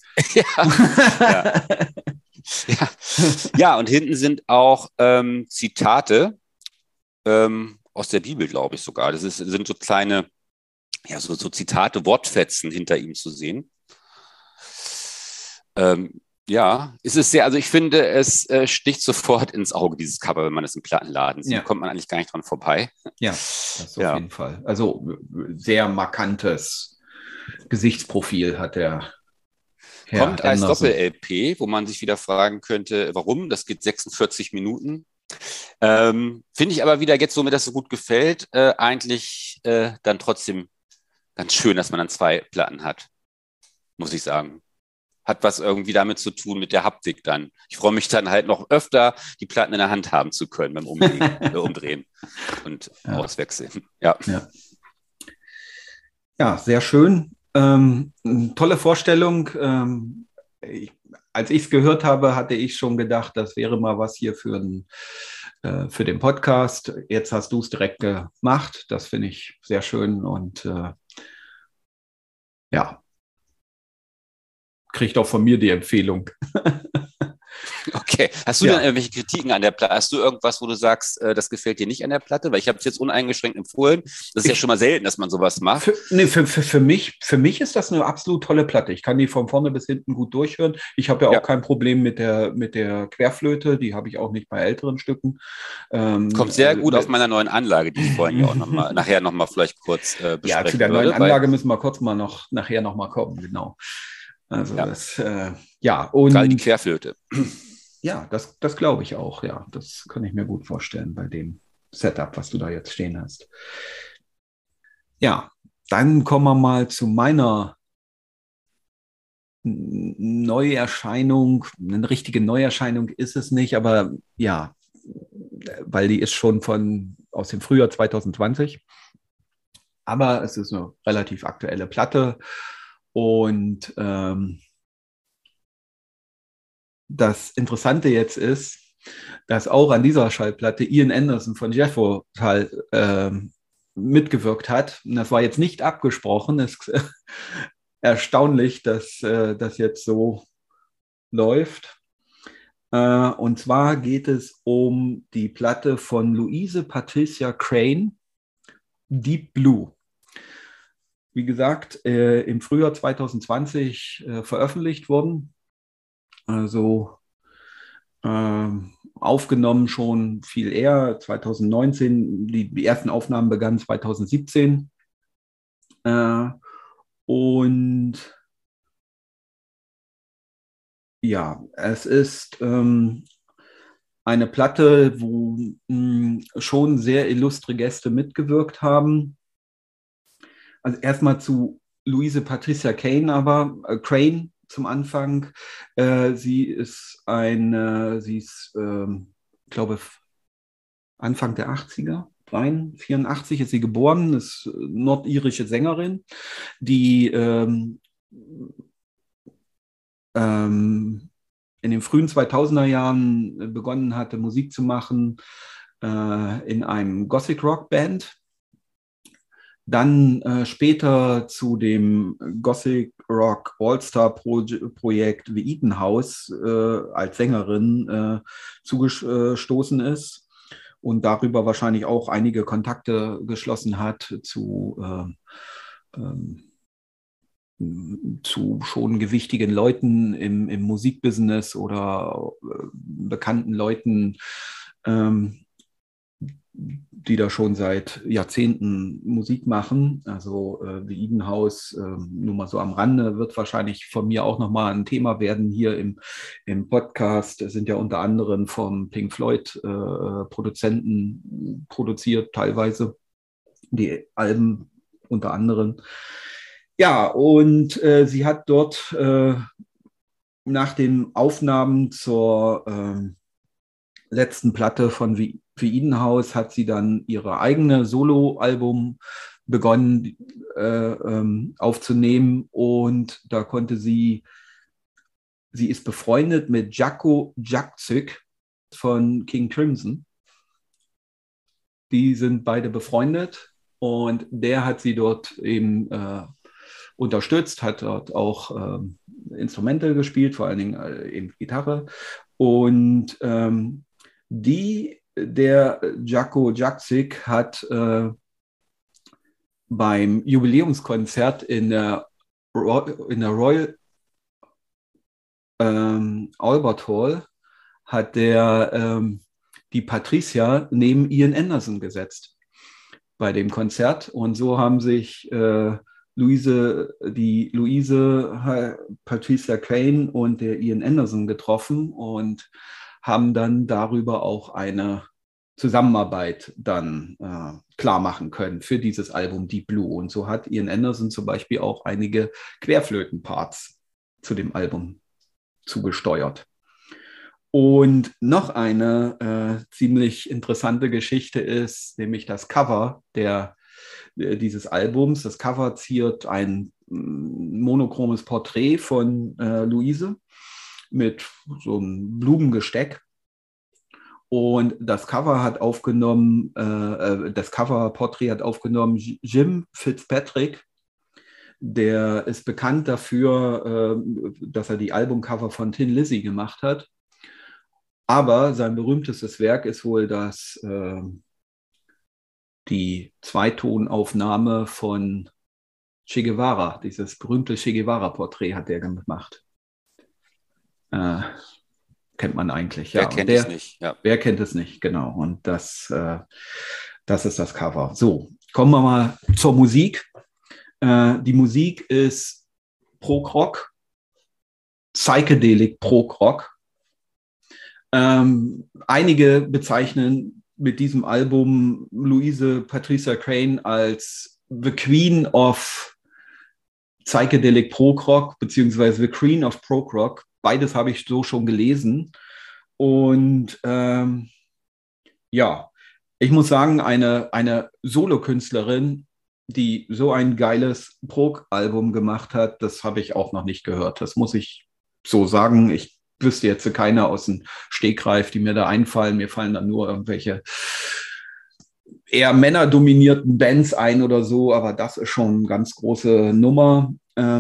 Ja, und hinten sind auch Zitate aus der Bibel, glaube ich sogar. Sind so kleine, so Zitate, Wortfetzen hinter ihm zu sehen. Es ist sehr, also ich finde, es sticht sofort ins Auge, dieses Cover, wenn man es im Plattenladen sieht. Da kommt man eigentlich gar nicht dran vorbei. Ja, das auf jeden Fall. Also sehr markantes Gesichtsprofil hat der Herr Kommt als Doppel-LP, wo man sich wieder fragen könnte, warum? Das geht 46 Minuten. Finde ich aber wieder jetzt, so mir das so gut gefällt, eigentlich dann trotzdem ganz schön, dass man dann 2 Platten hat, muss ich sagen. Hat was irgendwie damit zu tun mit der Haptik dann. Ich freue mich dann halt noch öfter, die Platten in der Hand haben zu können beim Umdrehen und auswechseln. Ja. Ja. Ja, sehr schön. Tolle Vorstellung. Als ich es gehört habe, hatte ich schon gedacht, das wäre mal was hier für den Podcast. Jetzt hast du es direkt gemacht. Das finde ich sehr schön und ja, kriegt auch von mir die Empfehlung. Okay. Hast du denn irgendwelche Kritiken an der Platte? Hast du irgendwas, wo du sagst, das gefällt dir nicht an der Platte? Weil ich habe es jetzt uneingeschränkt empfohlen. Das ist ja schon mal selten, dass man sowas macht. Für mich ist das eine absolut tolle Platte. Ich kann die von vorne bis hinten gut durchhören. Ich habe ja auch kein Problem mit der Querflöte. Die habe ich auch nicht bei älteren Stücken. Kommt sehr gut auf meiner neuen Anlage, die ich vorhin ja auch nachher noch mal vielleicht kurz besprechen Ja, zu der neuen Anlage müssen wir kurz mal nachher noch mal kommen, genau. Also das, und gerade die Querflöte. Ja, das glaube ich auch, ja. Das kann ich mir gut vorstellen bei dem Setup, was du da jetzt stehen hast. Ja, dann kommen wir mal zu meiner Neuerscheinung. Eine richtige Neuerscheinung ist es nicht, aber ja, weil die ist schon aus dem Frühjahr 2020. Aber es ist eine relativ aktuelle Platte und das Interessante jetzt ist, dass auch an dieser Schallplatte Ian Anderson von Jethro mitgewirkt hat. Und das war jetzt nicht abgesprochen. Es ist erstaunlich, dass das jetzt so läuft. Und zwar geht es um die Platte von Louise Patricia Crane, Deep Blue. Wie gesagt, im Frühjahr 2020 veröffentlicht worden. Also aufgenommen schon viel eher, 2019. Die ersten Aufnahmen begannen 2017. Und ja, es ist eine Platte, wo schon sehr illustre Gäste mitgewirkt haben. Also erstmal zu Louise Patricia Crane zum Anfang. Sie ist glaube Anfang der 80er, 84 ist sie geboren, ist nordirische Sängerin, die in den frühen 2000er Jahren begonnen hatte, Musik zu machen in einem Gothic Rock Band. Dann später zu dem Gothic Rock All-Star-Projekt The Eaton House als Sängerin zugestoßen ist und darüber wahrscheinlich auch einige Kontakte geschlossen hat zu schon gewichtigen Leuten im Musikbusiness oder bekannten Leuten, die da schon seit Jahrzehnten Musik machen. Also The Eden House, nur mal so am Rande, wird wahrscheinlich von mir auch nochmal ein Thema werden hier im Podcast. Es sind ja unter anderem vom Pink Floyd Produzenten produziert, teilweise die Alben unter anderem. Ja, und sie hat dort nach den Aufnahmen zur letzten Platte von The Eden House hat sie dann ihre eigene Soloalbum begonnen aufzunehmen und da konnte sie ist befreundet mit Jaco Jaczek von King Crimson. Die sind beide befreundet und der hat sie dort eben unterstützt, hat dort auch Instrumente gespielt, vor allen Dingen eben Gitarre. Und der Jaco Jaczek hat beim Jubiläumskonzert in der Royal Albert Hall hat der die Patricia neben Ian Anderson gesetzt bei dem Konzert. Und so haben sich Louise Patricia Crane und der Ian Anderson getroffen und haben dann darüber auch eine Zusammenarbeit dann klar machen können für dieses Album Deep Blue. Und so hat Ian Anderson zum Beispiel auch einige Querflötenparts zu dem Album zugesteuert. Und noch eine ziemlich interessante Geschichte ist, nämlich das Cover dieses Albums. Das Cover ziert ein monochromes Porträt von Luise mit so einem Blumengesteck. Und das Coverporträt hat aufgenommen Jim Fitzpatrick. Der ist bekannt dafür, dass er die Albumcover von Tin Lizzy gemacht hat. Aber sein berühmtestes Werk ist wohl die Zweitonaufnahme von Che Guevara. Dieses berühmte Che Guevara-Porträt hat er gemacht. Kennt man eigentlich. Wer kennt es nicht? Ja. Wer kennt es nicht, genau. Und das ist das Cover. So, kommen wir mal zur Musik. Die Musik ist Prog-Rock, Psychedelic Prog-Rock. Einige bezeichnen mit diesem Album Louise Patricia Crane als The Queen of Psychedelic Prog-Rock, beziehungsweise The Queen of Prog-Rock. Beides habe ich so schon gelesen. Und ja, ich muss sagen, eine Solokünstlerin, die so ein geiles Prog-Album gemacht hat, das habe ich auch noch nicht gehört. Das muss ich so sagen. Ich wüsste jetzt keine aus dem Stegreif, die mir da einfallen. Mir fallen dann nur irgendwelche eher männerdominierten Bands ein oder so, aber das ist schon eine ganz große Nummer.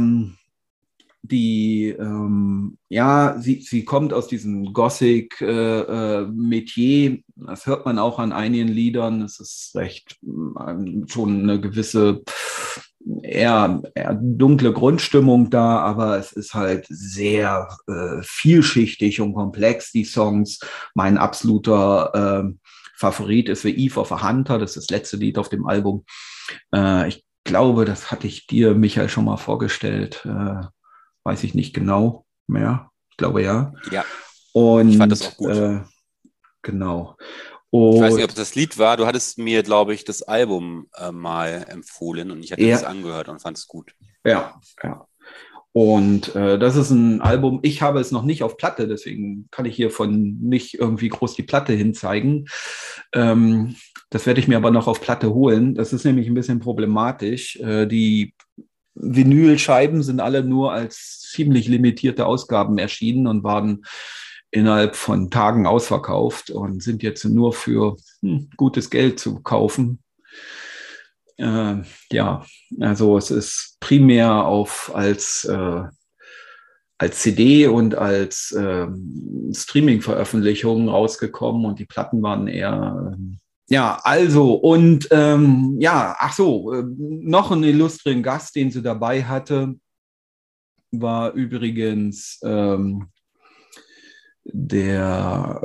Sie kommt aus diesem Gothic-Metier. Das hört man auch an einigen Liedern. Es ist recht schon eine gewisse eher dunkle Grundstimmung da, aber es ist halt sehr vielschichtig und komplex, die Songs. Mein absoluter Favorit ist The Eve of a Hunter. Das ist das letzte Lied auf dem Album. Ich glaube, das hatte ich dir, Michael, schon mal vorgestellt. Weiß ich nicht genau mehr. Ich glaube, ja. Ja, und ich fand das auch gut. Genau. Ich weiß nicht, ob es das Lied war. Du hattest mir, glaube ich, das Album mal empfohlen und ich hatte es angehört und fand es gut. Ja. Und das ist ein Album, ich habe es noch nicht auf Platte, deswegen kann ich hiervon nicht irgendwie groß die Platte hinzeigen. Das werde ich mir aber noch auf Platte holen. Das ist nämlich ein bisschen problematisch. Die Vinylscheiben sind alle nur als ziemlich limitierte Ausgaben erschienen und waren innerhalb von Tagen ausverkauft und sind jetzt nur für gutes Geld zu kaufen. Also es ist primär als CD und als Streaming-Veröffentlichung rausgekommen und die Platten waren eher noch ein illustren Gast, den sie dabei hatte, war übrigens der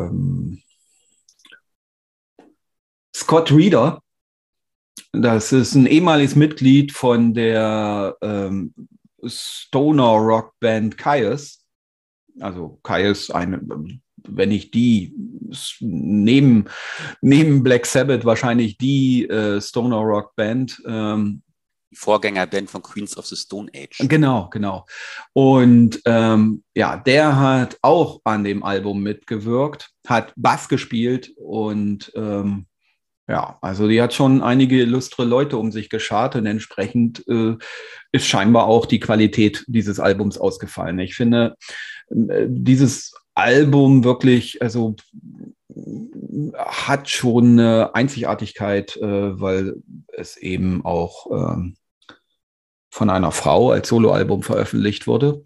Scott Reeder. Das ist ein ehemaliges Mitglied von der Stoner Rock Band Kyuss. Also Kyuss, wenn ich die neben Black Sabbath wahrscheinlich die Stoner Rock Band. Die Vorgängerband von Queens of the Stone Age. Genau. Und der hat auch an dem Album mitgewirkt, hat Bass gespielt und also die hat schon einige illustre Leute um sich geschart und entsprechend ist scheinbar auch die Qualität dieses Albums ausgefallen. Ich finde, dieses Album wirklich, also hat schon eine Einzigartigkeit, weil es eben auch von einer Frau als Soloalbum veröffentlicht wurde.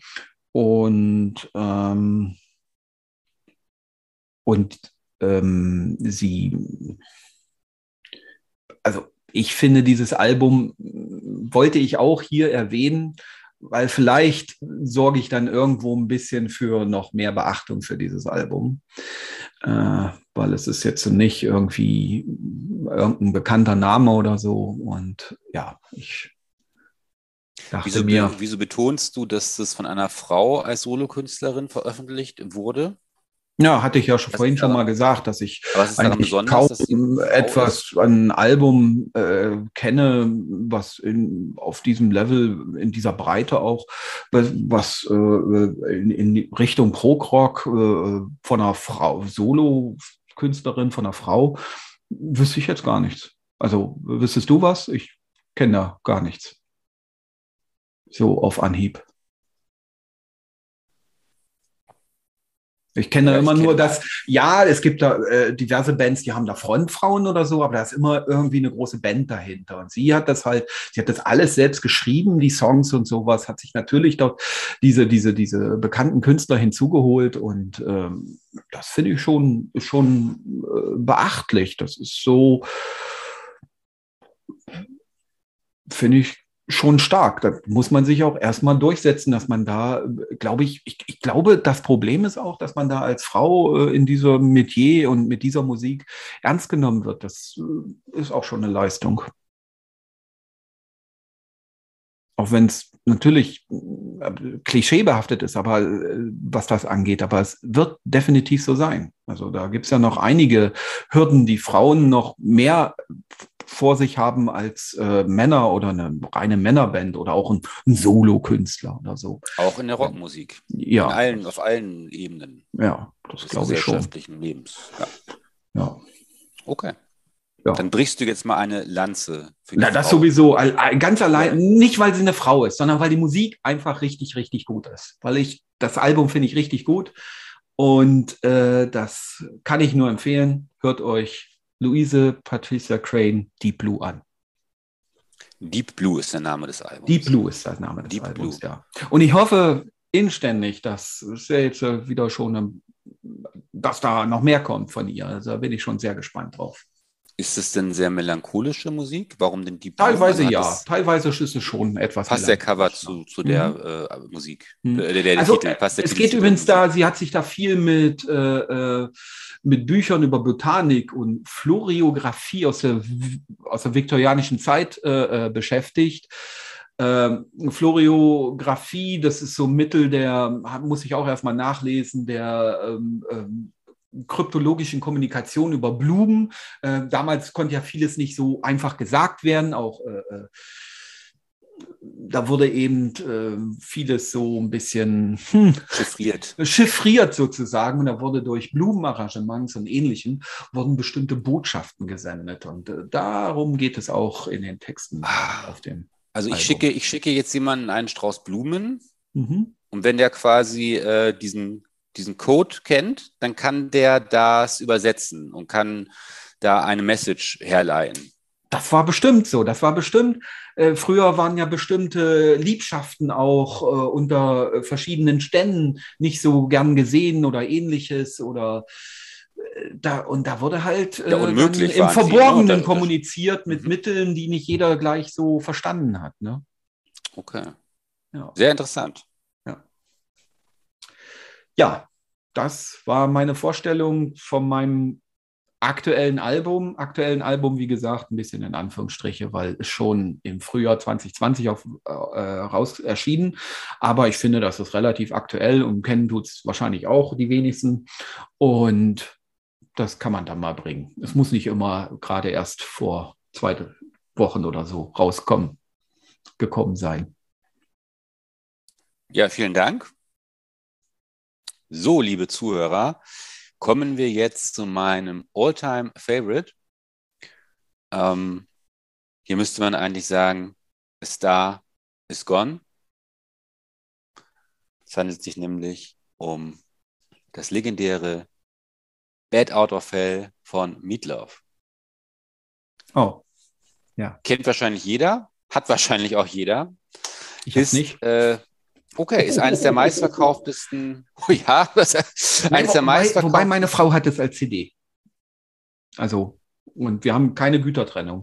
Ich finde, dieses Album wollte ich auch hier erwähnen, weil vielleicht sorge ich dann irgendwo ein bisschen für noch mehr Beachtung für dieses Album, weil es ist jetzt nicht irgendwie irgendein bekannter Name oder so. Und ja, ich dachte Wieso betonst du, dass das von einer Frau als Solokünstlerin veröffentlicht wurde? Ja, hatte ich ja Das vorhin ist schon aber, mal gesagt, dass ich aber was ist daran eigentlich besonders, kaum dass die Frau ist? etwas, ein Album kenne, was auf diesem Level, in dieser Breite auch, was in Richtung Prog-Rock von einer Frau, Solo-Künstlerin, von einer Frau, wüsste ich jetzt gar nichts. Also, wüsstest du was? Ich kenne da gar nichts. So auf Anhieb. Ich kenne da Ja, ich immer nur kenne das, ja, es gibt da diverse Bands, die haben da Frontfrauen oder so, aber da ist immer irgendwie eine große Band dahinter. Und sie hat das alles selbst geschrieben, die Songs und sowas, hat sich natürlich dort diese bekannten Künstler hinzugeholt und das finde ich schon beachtlich. Das ist so, finde ich schon stark. Da muss man sich auch erstmal durchsetzen, dass man da, ich glaube, das Problem ist auch, dass man da als Frau in diesem Metier und mit dieser Musik ernst genommen wird. Das ist auch schon eine Leistung. Auch wenn es natürlich klischeebehaftet ist, aber was das angeht, aber es wird definitiv so sein. Also da gibt es ja noch einige Hürden, die Frauen noch mehr vor sich haben als Männer oder eine reine Männerband oder auch ein Solokünstler oder so. Auch in der Rockmusik. Ja, Auf allen Ebenen ja, das des glaube ich schon. gesellschaftlichen Lebens. Ja. Ja, Okay. Dann ja. brichst du jetzt mal eine Lanze für die Na, das Frau. sowieso, ganz Ja. allein, nicht weil sie eine Frau ist, sondern weil die Musik einfach richtig, richtig gut ist. Das Album finde ich richtig gut und das kann ich nur empfehlen. Hört euch Louise Patricia Crane Deep Blue an. Deep Blue ist der Name des Deep Albums. Blue ist der Name des Deep Albums, Blue. ja. Und ich hoffe inständig, das ist ja jetzt wieder schon, dass da noch mehr kommt von ihr. Also da bin ich schon sehr gespannt drauf. Ist es denn sehr melancholische Musik? Warum denn Deep Blue? Teilweise Also ja, teilweise ist es schon etwas passt der Cover melancholisch. zu Mhm. der Musik, Mhm. der Also Titel, passt der es Titel geht zu der übrigens Musik? da, sie hat sich da viel mit Büchern über Botanik und Floriographie aus der viktorianischen Zeit beschäftigt. Floriographie, das ist so ein Mittel muss ich auch erstmal nachlesen, der kryptologischen Kommunikation über Blumen. Damals konnte ja vieles nicht so einfach gesagt werden, auch da wurde eben vieles so ein bisschen chiffriert sozusagen. Und da wurde durch Blumenarrangements und Ähnlichem wurden bestimmte Botschaften gesendet. Und darum geht es auch in den Texten auf dem Also ich Album. schicke jetzt jemanden einen Strauß Blumen Mhm. und wenn der quasi diesen Code kennt, dann kann der das übersetzen und kann da eine Message herleiten. Das war bestimmt so. Das war bestimmt. Früher waren ja bestimmte Liebschaften auch unter verschiedenen Ständen nicht so gern gesehen oder ähnliches oder da wurde halt Ja, dann unmöglich im waren sie, Verborgenen ne? kommuniziert mit Mitteln, die nicht jeder gleich so verstanden hat. Ne? Okay. Ja. Sehr interessant. Ja. Ja, das war meine Vorstellung von meinem aktuellen Album, wie gesagt, ein bisschen in Anführungsstriche, weil es schon im Frühjahr 2020 raus erschienen. Aber ich finde, das ist relativ aktuell und kennen tut es wahrscheinlich auch die wenigsten. Und das kann man dann mal bringen. Es muss nicht immer gerade erst vor 2 Wochen oder so gekommen sein. Ja, vielen Dank. So, liebe Zuhörer, kommen wir jetzt zu meinem All-Time-Favorite. Hier müsste man eigentlich sagen, A Star is Gone. Es handelt sich nämlich um das legendäre Bad Out of Hell von Meatloaf. Oh, ja. Kennt wahrscheinlich jeder, hat wahrscheinlich auch jeder. Ich hab's nicht. Okay, ist eines der meistverkauftesten. Oh ja, eines der meistverkauftesten. Wobei meine Frau hat es als CD. Also, und wir haben keine Gütertrennung.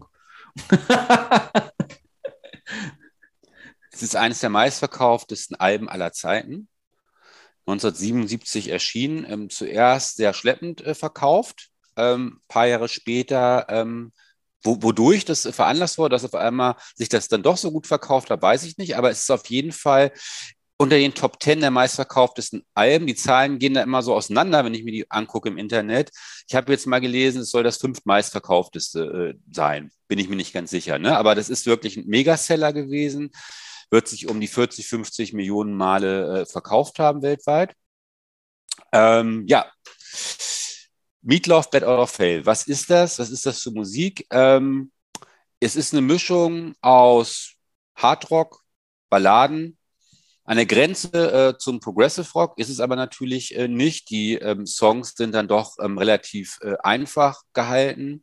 Es ist eines der meistverkauftesten Alben aller Zeiten. 1977 erschienen, zuerst sehr schleppend verkauft. Paar Jahre später, wodurch das veranlasst wurde, dass auf einmal sich das dann doch so gut verkauft hat, weiß ich nicht. Aber es ist auf jeden Fall unter den Top 10 der meistverkauftesten Alben. Die Zahlen gehen da immer so auseinander, wenn ich mir die angucke im Internet. Ich habe jetzt mal gelesen, es soll das 5. meistverkaufteste sein. Bin ich mir nicht ganz sicher. Ne? Aber das ist wirklich ein Megaseller gewesen. Wird sich um die 40, 50 Millionen Male verkauft haben weltweit. Ja. Meatloaf, Bad Out of Hell. Was ist das? Was ist das für Musik? Es ist eine Mischung aus Hardrock, Balladen, an der Grenze zum Progressive Rock ist es aber natürlich nicht. Die Songs sind dann doch relativ einfach gehalten.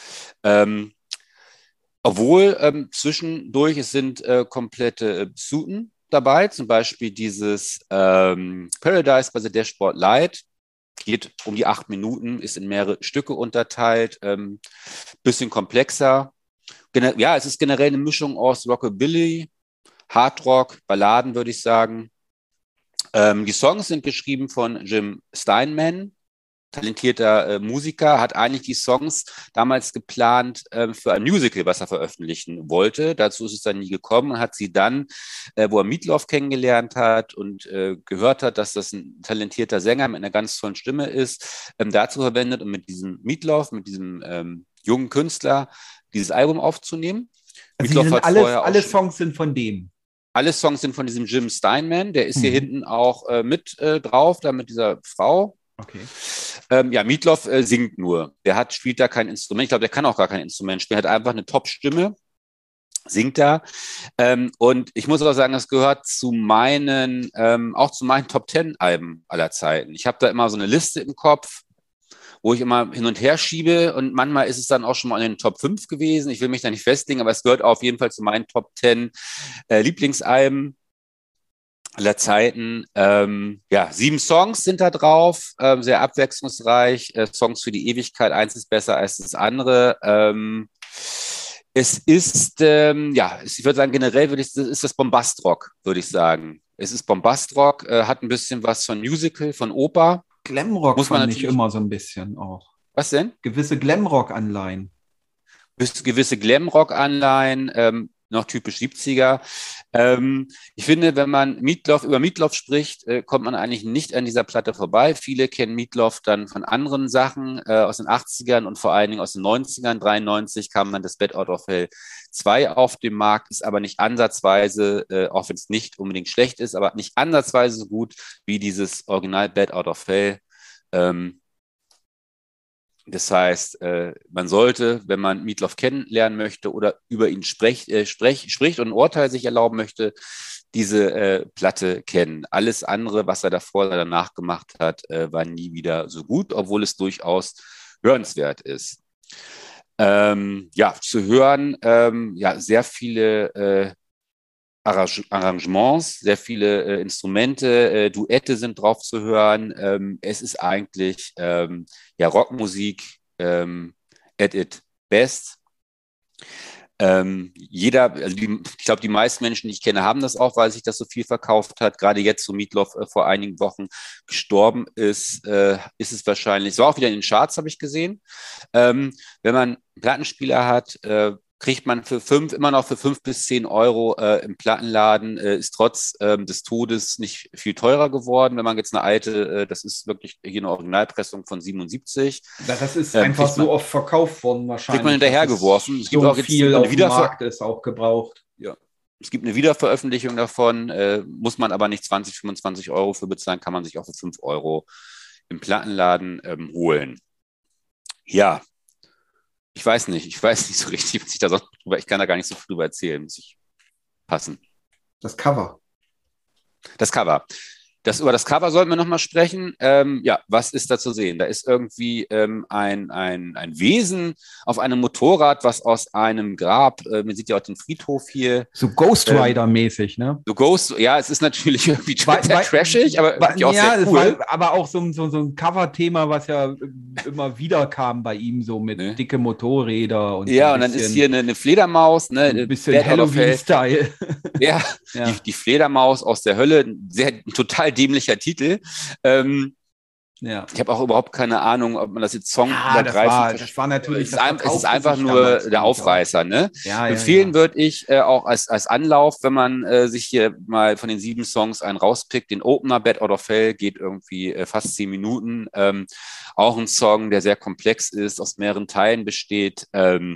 Obwohl zwischendurch es sind komplette Suiten dabei, zum Beispiel dieses Paradise by the Dashboard Light. Geht um die 8 Minuten, ist in mehrere Stücke unterteilt, bisschen komplexer. Ja, es ist generell eine Mischung aus Rockabilly, Hardrock, Balladen, würde ich sagen. Die Songs sind geschrieben von Jim Steinman, talentierter Musiker, hat eigentlich die Songs damals geplant für ein Musical, was er veröffentlichen wollte. Dazu ist es dann nie gekommen und hat sie dann, wo er Meatloaf kennengelernt hat und gehört hat, dass das ein talentierter Sänger mit einer ganz tollen Stimme ist, dazu verwendet, um mit diesem Meatloaf, mit diesem jungen Künstler, dieses Album aufzunehmen. Also alle Songs sind von dem. Alle Songs sind von diesem Jim Steinman, der ist hier hinten auch mit drauf, da mit dieser Frau. Okay. Ja, Meatloaf singt nur. Der spielt da kein Instrument. Ich glaube, der kann auch gar kein Instrument spielen. Hat einfach eine Top-Stimme, singt da. Und ich muss auch sagen, das gehört auch zu meinen Top-10-Alben aller Zeiten. Ich habe da immer so eine Liste im Kopf, wo ich immer hin und her schiebe und manchmal ist es dann auch schon mal in den Top 5 gewesen. Ich will mich da nicht festlegen, aber es gehört auf jeden Fall zu meinen Top 10 Lieblingsalben aller Zeiten. Ja, 7 Songs sind da drauf, sehr abwechslungsreich. Songs für die Ewigkeit, eins ist besser als das andere. Es ist, ja, ich würde sagen, generell ist das Bombastrock, würde ich sagen. Es ist Bombastrock, hat ein bisschen was von Musical, von Oper. Glamrock muss man fand ich immer so ein bisschen auch. Was denn? Gewisse Glamrock-Anleihen. Gewisse Glamrock-Anleihen, noch typisch 70er. Ich finde, wenn man über Meatloaf spricht, kommt man eigentlich nicht an dieser Platte vorbei. Viele kennen Meatloaf dann von anderen Sachen aus den 80ern und vor allen Dingen aus den 90ern. 93 kam dann das Bad Out of Hell 2 auf den Markt, ist aber nicht ansatzweise, auch wenn es nicht unbedingt schlecht ist, aber nicht ansatzweise so gut wie dieses Original Bad Out of Hell. Das heißt, man sollte, wenn man Meatloaf kennenlernen möchte oder über ihn spricht und ein Urteil sich erlauben möchte, diese Platte kennen. Alles andere, was er davor oder danach gemacht hat, war nie wieder so gut, obwohl es durchaus hörenswert ist. Ja, zu hören, ja, sehr viele Arrangements, sehr viele Instrumente, Duette sind drauf zu hören. Es ist eigentlich ja, Rockmusik at its best. Also ich glaube, die meisten Menschen, die ich kenne, haben das auch, weil sich das so viel verkauft hat. Gerade jetzt, wo Meatloaf vor einigen Wochen gestorben ist, ist es wahrscheinlich, es war auch wieder in den Charts, habe ich gesehen. Wenn man einen Plattenspieler hat, kriegt man immer noch für 5 bis 10 Euro im Plattenladen, ist trotz des Todes nicht viel teurer geworden. Wenn man jetzt eine alte, das ist wirklich hier eine Originalpressung von 77. Ja, das ist einfach so oft verkauft worden wahrscheinlich. Kriegt man hinterhergeworfen. Es gibt so auch jetzt viel auf dem Markt ist auch gebraucht. Ja. Es gibt eine Wiederveröffentlichung davon, muss man aber nicht 20, 25 Euro für bezahlen, kann man sich auch für 5 Euro im Plattenladen holen. Ja. Ich weiß nicht so richtig, was ich da sonst drüber, ich kann da gar nicht so viel drüber erzählen, muss ich passen. Das Cover. Über das Cover sollten wir nochmal sprechen. Ja, was ist da zu sehen? Da ist irgendwie ein Wesen auf einem Motorrad, was aus einem Grab, man sieht ja auch den Friedhof hier. So Ghost Rider-mäßig, ne? Ja, es ist natürlich irgendwie trashig, aber auch ja, sehr cool. Aber auch so ein Cover-Thema, was ja immer wieder kam bei ihm, so mit dicke Motorräder. Und ja, und dann ist hier eine Fledermaus. Ne, ein bisschen Halloween-Style. Ja, ja. Die Fledermaus aus der Hölle, ein total dämlicher Titel. Ja. Ich habe auch überhaupt keine Ahnung, ob man das jetzt songübergreifend das war natürlich. es ist einfach nur der Aufreißer. Ne? Empfehlen würde ich auch als Anlauf, wenn man sich hier mal von den 7 Songs einen rauspickt, den Opener Bad Out of Hell geht irgendwie fast 10 Minuten. Auch ein Song, der sehr komplex ist, aus mehreren Teilen besteht.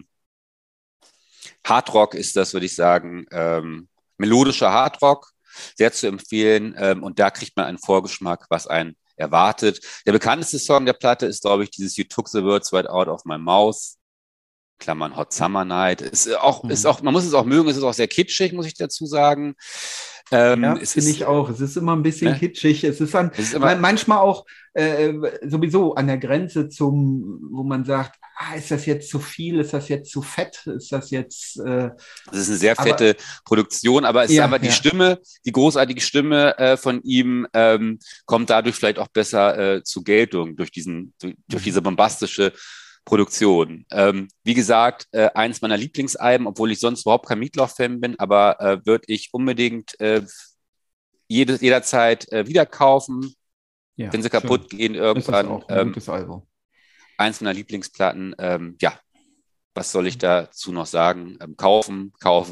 Hardrock ist das, würde ich sagen. Melodischer Hardrock, sehr zu empfehlen. Und da kriegt man einen Vorgeschmack, was einen erwartet. Der bekannteste Song der Platte ist, glaube ich, dieses You Took the Words Right Out of My Mouth. Klammern Hot Summer Night. Ist auch, man muss es auch mögen, es ist auch sehr kitschig, muss ich dazu sagen. Finde ich auch. Es ist immer ein bisschen kitschig. Es ist manchmal auch sowieso an der Grenze wo man sagt, ist das jetzt zu viel? Ist das jetzt zu fett? Ist das jetzt... das ist eine sehr fette Produktion, aber es ist einfach die Stimme, die großartige Stimme von ihm kommt dadurch vielleicht auch besser zur Geltung durch diese bombastische Produktion. Wie gesagt, eins meiner Lieblingsalben, obwohl ich sonst überhaupt kein Meatloaf-Fan bin, aber würde ich unbedingt jederzeit wieder kaufen, wenn sie kaputt gehen irgendwann. Das ist auch ein gutes Album. Eins meiner Lieblingsplatten. Was soll ich dazu noch sagen? Kaufen.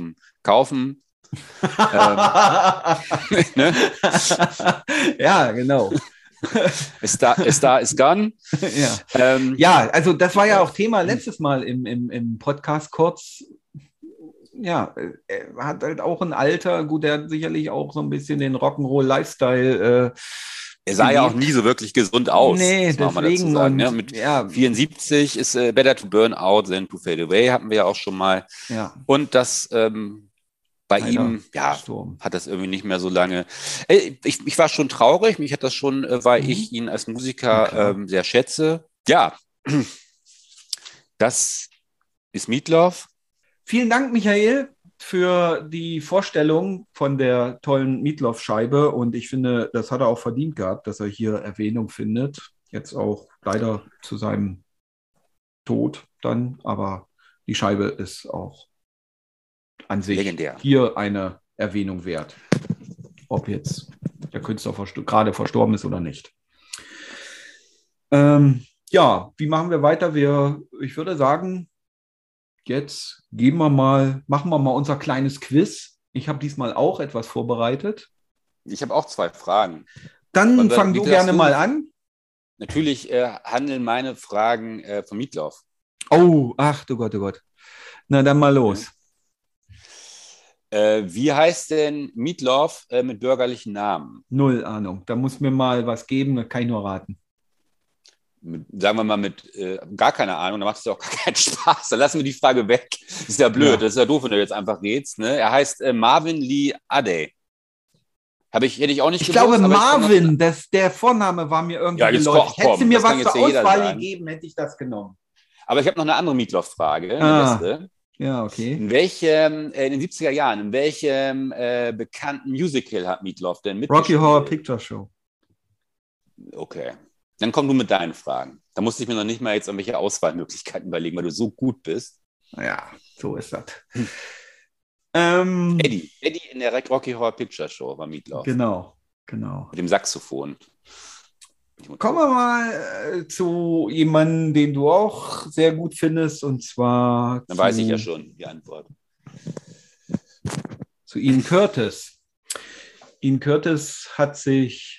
Ne? Ja, genau. Ist gone. Ja. Also das war ja auch Thema letztes Mal im Podcast kurz. Ja, er hat halt auch ein Alter, gut, er hat sicherlich auch so ein bisschen den Rock'n'Roll-Lifestyle. Er sah ja auch nie so wirklich gesund aus. Nee, deswegen. Sagen, ja, mit 74 ist Better to Burn Out than to Fade Away, hatten wir ja auch schon mal. Ja. Und das bei ihm, hat das irgendwie nicht mehr so lange. Ich war schon traurig, mich hat das schon, weil ich ihn als Musiker sehr schätze. Ja, das ist Meatloaf. Vielen Dank, Michael, für die Vorstellung von der tollen Meatloaf-Scheibe. Und ich finde, das hat er auch verdient gehabt, dass er hier Erwähnung findet. Jetzt auch leider zu seinem Tod dann. Aber die Scheibe ist auch an sich legendär. Hier eine Erwähnung wert. Ob jetzt der Künstler gerade verstorben ist oder nicht. Wie machen wir weiter? Ich würde sagen, jetzt machen wir mal unser kleines Quiz. Ich habe diesmal auch etwas vorbereitet. Ich habe auch 2 Fragen. Dann fang du gerne mal an. Natürlich handeln meine Fragen von Meatloaf. Oh, ach du Gott. Na, dann mal los. Wie heißt denn Meatloaf mit bürgerlichen Namen? 0 Ahnung. Da muss mir mal was geben, das kann ich nur raten. Sagen wir mal mit gar keine Ahnung, da macht es ja auch gar keinen Spaß. Dann lassen wir die Frage weg. Das ist ja blöd, das ist ja doof, wenn du jetzt einfach rätst. Ne? Er heißt Marvin Lee Adey. Hätte ich auch nicht gewusst. Ich glaube, Marvin, der Vorname war mir irgendwie geläufig. Hättest du mir was zur Auswahl gegeben, hätte ich das genommen. Aber ich habe noch eine andere Meatloaf-Frage. Ja, okay. In den 70er Jahren, in welchem bekannten Musical hat Meatloaf denn mitgespielt? Rocky Horror Picture Show. Okay. Dann komm du mit deinen Fragen. Da musste ich mir noch nicht mal jetzt irgendwelche Auswahlmöglichkeiten überlegen, weil du so gut bist. Ja, so ist das. Eddie in der Rocky Horror Picture Show war Meatloaf. Genau. Mit dem Saxophon. Kommen wir mal zu jemandem, den du auch sehr gut findest, und zwar Dann weiß ich ja schon die Antwort. Zu Ian Curtis. Ian Curtis hat sich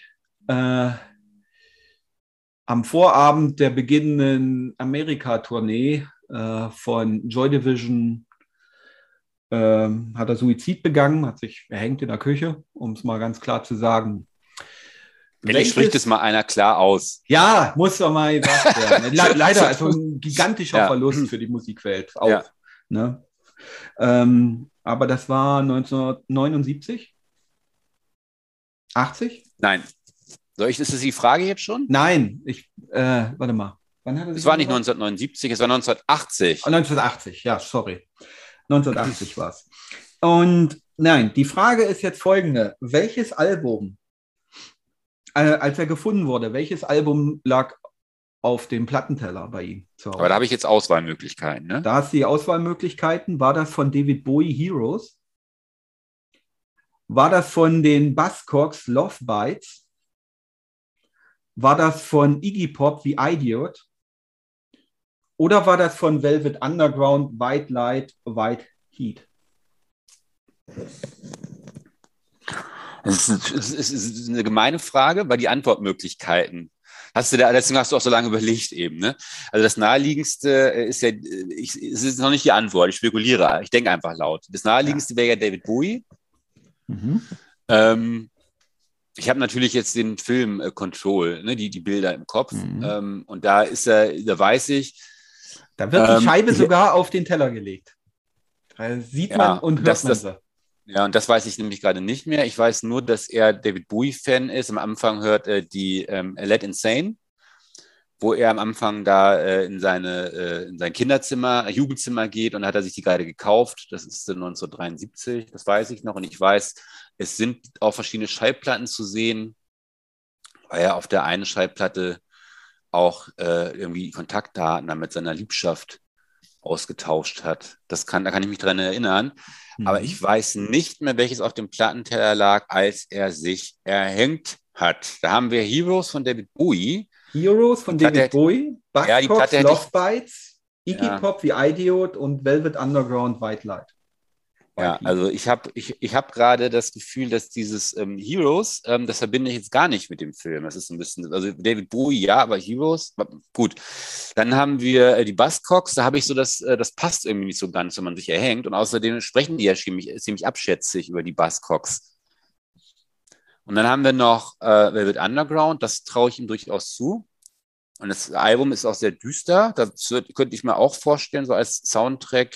am Vorabend der beginnenden Amerika-Tournee von Joy Division hat er Suizid begangen, hat sich erhängt in der Küche, um es mal ganz klar zu sagen. Endlich spricht es mal einer klar aus. Ja, muss doch mal gesagt werden. Leider, also ein gigantischer Verlust für die Musikwelt auch. Ja. Ne? Aber das war 1979? 80? Nein. Ist das die Frage jetzt schon? Nein, warte mal. Wann hat es war nicht 1979, es war 1980. 1980, ja, sorry. 1980 war es. Und nein, die Frage ist jetzt folgende. Welches Album, als er gefunden wurde, welches Album lag auf dem Plattenteller bei ihm zu Hause? Aber da habe ich jetzt Auswahlmöglichkeiten, ne? Da hast du die Auswahlmöglichkeiten. War das von David Bowie Heroes? War das von den Buzzcocks Love Bites? War das von Iggy Pop wie Idiot? Oder war das von Velvet Underground, White Light, White Heat? Es ist eine gemeine Frage, weil die Antwortmöglichkeiten deswegen hast du auch so lange überlegt eben, ne? Also das Naheliegendste ist ja, es ist noch nicht die Antwort, ich spekuliere, ich denke einfach laut. Das Naheliegendste wäre ja David Bowie. Ich habe natürlich jetzt den Film Control, ne, die Bilder im Kopf. Und da weiß ich. Da wird die Scheibe sogar auf den Teller gelegt. Da sieht man und hört man sie. Ja, und das weiß ich nämlich gerade nicht mehr. Ich weiß nur, dass er David Bowie-Fan ist. Am Anfang hört er die Let Insane, wo er am Anfang da in sein Kinderzimmer, Jugendzimmer geht und hat er sich die gerade gekauft. Das ist 1973, das weiß ich noch. Und ich weiß, es sind auch verschiedene Schallplatten zu sehen, weil er auf der einen Schallplatte auch irgendwie Kontaktdaten mit seiner Liebschaft ausgetauscht hat. Da kann ich mich dran erinnern. Aber ich weiß nicht mehr, welches auf dem Plattenteller lag, als er sich erhängt hat. Da haben wir Heroes von David Bowie. Heroes von David Bowie, Buzzcocks, Love Bites, Iggy Pop wie Idiot und Velvet Underground, White Light. Ja, also ich hab gerade das Gefühl, dass dieses Heroes, das verbinde ich jetzt gar nicht mit dem Film. Das ist ein bisschen, also David Bowie, ja, aber Heroes, gut. Dann haben wir die Buzzcocks, da habe ich so, das passt irgendwie nicht so ganz, wenn man sich erhängt. Und außerdem sprechen die ja ziemlich abschätzig über die Buzzcocks. Und dann haben wir noch Velvet Underground, das traue ich ihm durchaus zu. Und das Album ist auch sehr düster, das könnte ich mir auch vorstellen, so als Soundtrack.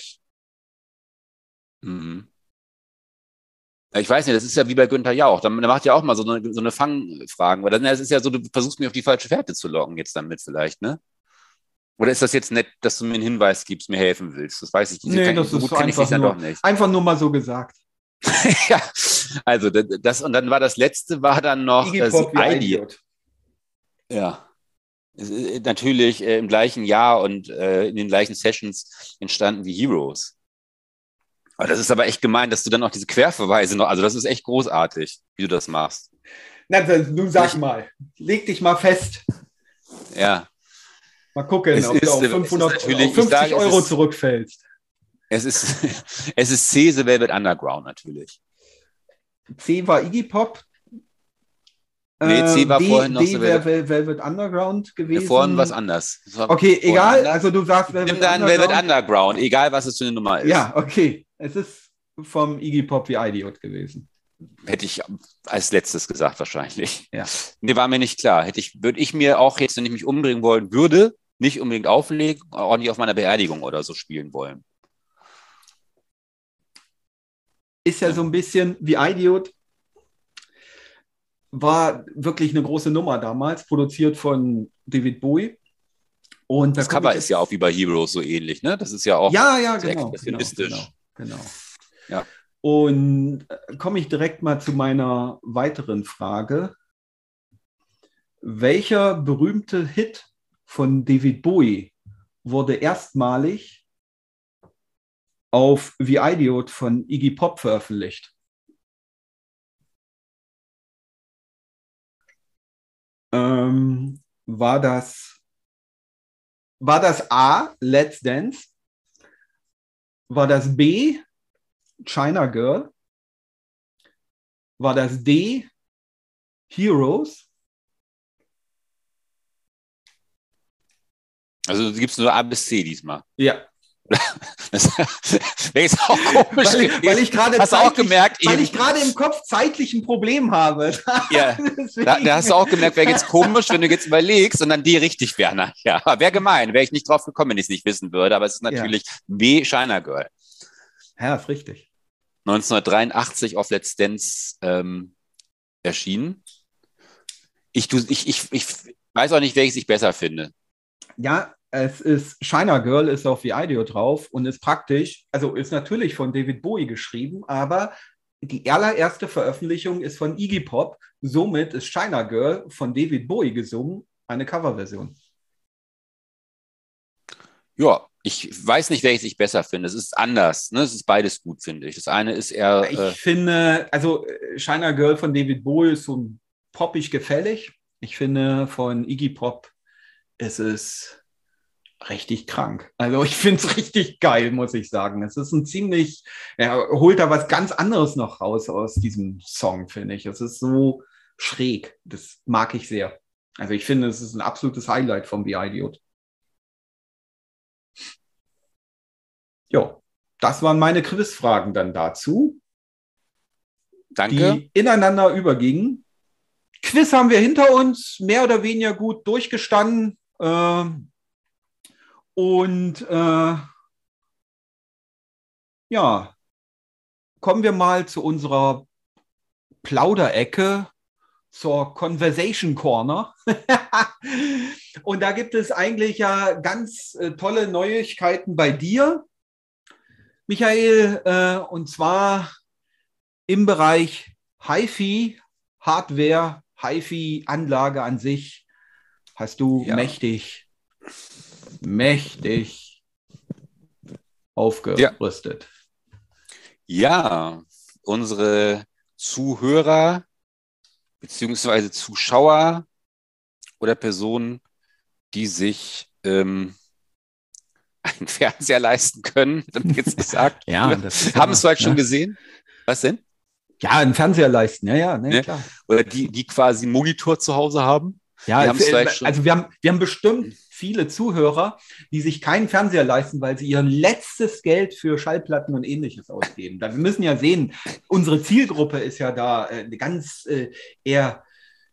Ich weiß nicht, das ist ja wie bei Günther Jauch. Der macht ja auch mal so eine Fangfragen. Weil das ist ja so, du versuchst mich auf die falsche Fährte zu locken jetzt damit vielleicht, ne? Oder ist das jetzt nett, dass du mir einen Hinweis gibst, mir helfen willst? Das weiß ich nicht. Nee, das ist einfach nur mal so gesagt. Ja, also das und dann war das letzte, war dann noch Idiot. Ja. Natürlich im gleichen Jahr und in den gleichen Sessions entstanden wie Heroes. Aber das ist aber echt gemein, dass du dann auch diese Querverweise noch, also das ist echt großartig, wie du das machst. Na, du sag mal, leg dich mal fest. Ja. Mal gucken, ob du auf 50 Euro zurückfällst. Es ist C, The Velvet Underground natürlich. C war Iggy Pop. Nee, C war vorhin noch D wäre Velvet Underground gewesen. Vorhin was anders. Okay, egal. Anders. Also du sagst Velvet Underground. Nimm dann Velvet Underground, egal was es für eine Nummer ist. Ja, okay. Es ist vom Iggy Pop wie Idiot gewesen. Hätte ich als letztes gesagt wahrscheinlich. Ja. Nee, war mir nicht klar. Würde ich mir auch jetzt, wenn ich mich umbringen wollen würde, nicht unbedingt auflegen, auch nicht auf meiner Beerdigung oder so spielen wollen. Ist ja so ein bisschen wie Idiot. War wirklich eine große Nummer damals, produziert von David Bowie. Und das Cover ist ja auch wie bei Heroes so ähnlich, ne? Das ist ja auch sehr expressionistisch. Genau. Ja. Und komme ich direkt mal zu meiner weiteren Frage. Welcher berühmte Hit von David Bowie wurde erstmalig auf The Idiot von Iggy Pop veröffentlicht? War das A, Let's Dance? War das B, China Girl? War das D, Heroes? Also du gibst nur A bis C diesmal. Ja. Das wäre jetzt auch komisch. Weil ich gerade im Kopf zeitlich ein Problem habe. Ja, da hast du auch gemerkt, wäre jetzt komisch, wenn du jetzt überlegst und dann die richtig wäre. Ja, wäre gemein, wäre ich nicht drauf gekommen, wenn ich es nicht wissen würde. Aber es ist natürlich B, China Girl. Ja, ist richtig. 1983 auf Let's Dance erschienen. Ich weiß auch nicht, welches ich besser finde. Ja, es ist China Girl, ist auf The Idiot drauf und ist praktisch, also ist natürlich von David Bowie geschrieben, aber die allererste Veröffentlichung ist von Iggy Pop. Somit ist China Girl von David Bowie gesungen, eine Coverversion. Ja, ich weiß nicht, welches ich besser finde. Es ist anders. Ne? Es ist beides gut, finde ich. Das eine ist eher... Ich finde, also China Girl von David Bowie ist so poppig gefällig. Ich finde, von Iggy Pop ist es richtig krank. Also ich finde es richtig geil, muss ich sagen. Es ist er holt da was ganz anderes noch raus aus diesem Song, finde ich. Es ist so schräg. Das mag ich sehr. Also ich finde, es ist ein absolutes Highlight vom The Idiot. Jo, das waren meine Quizfragen dann dazu, Danke. die ineinander übergingen. Quiz haben wir hinter uns, mehr oder weniger gut durchgestanden. Ja, kommen wir mal zu unserer Plauderecke, zur Conversation Corner. Und da gibt es eigentlich ja ganz tolle Neuigkeiten bei dir, Michael, und zwar im Bereich HiFi, Hardware, HiFi-Anlage an sich hast du mächtig aufgerüstet. Ja, unsere Zuhörer beziehungsweise Zuschauer oder Personen, die sich einen Fernseher leisten können, dann jetzt gesagt, haben es vielleicht schon gesehen. Was denn? Ja, einen Fernseher leisten, klar. Oder die quasi einen Monitor zu Hause haben. Ja, also wir haben bestimmt viele Zuhörer, die sich keinen Fernseher leisten, weil sie ihr letztes Geld für Schallplatten und Ähnliches ausgeben. Wir müssen ja sehen, unsere Zielgruppe ist ja da ganz eher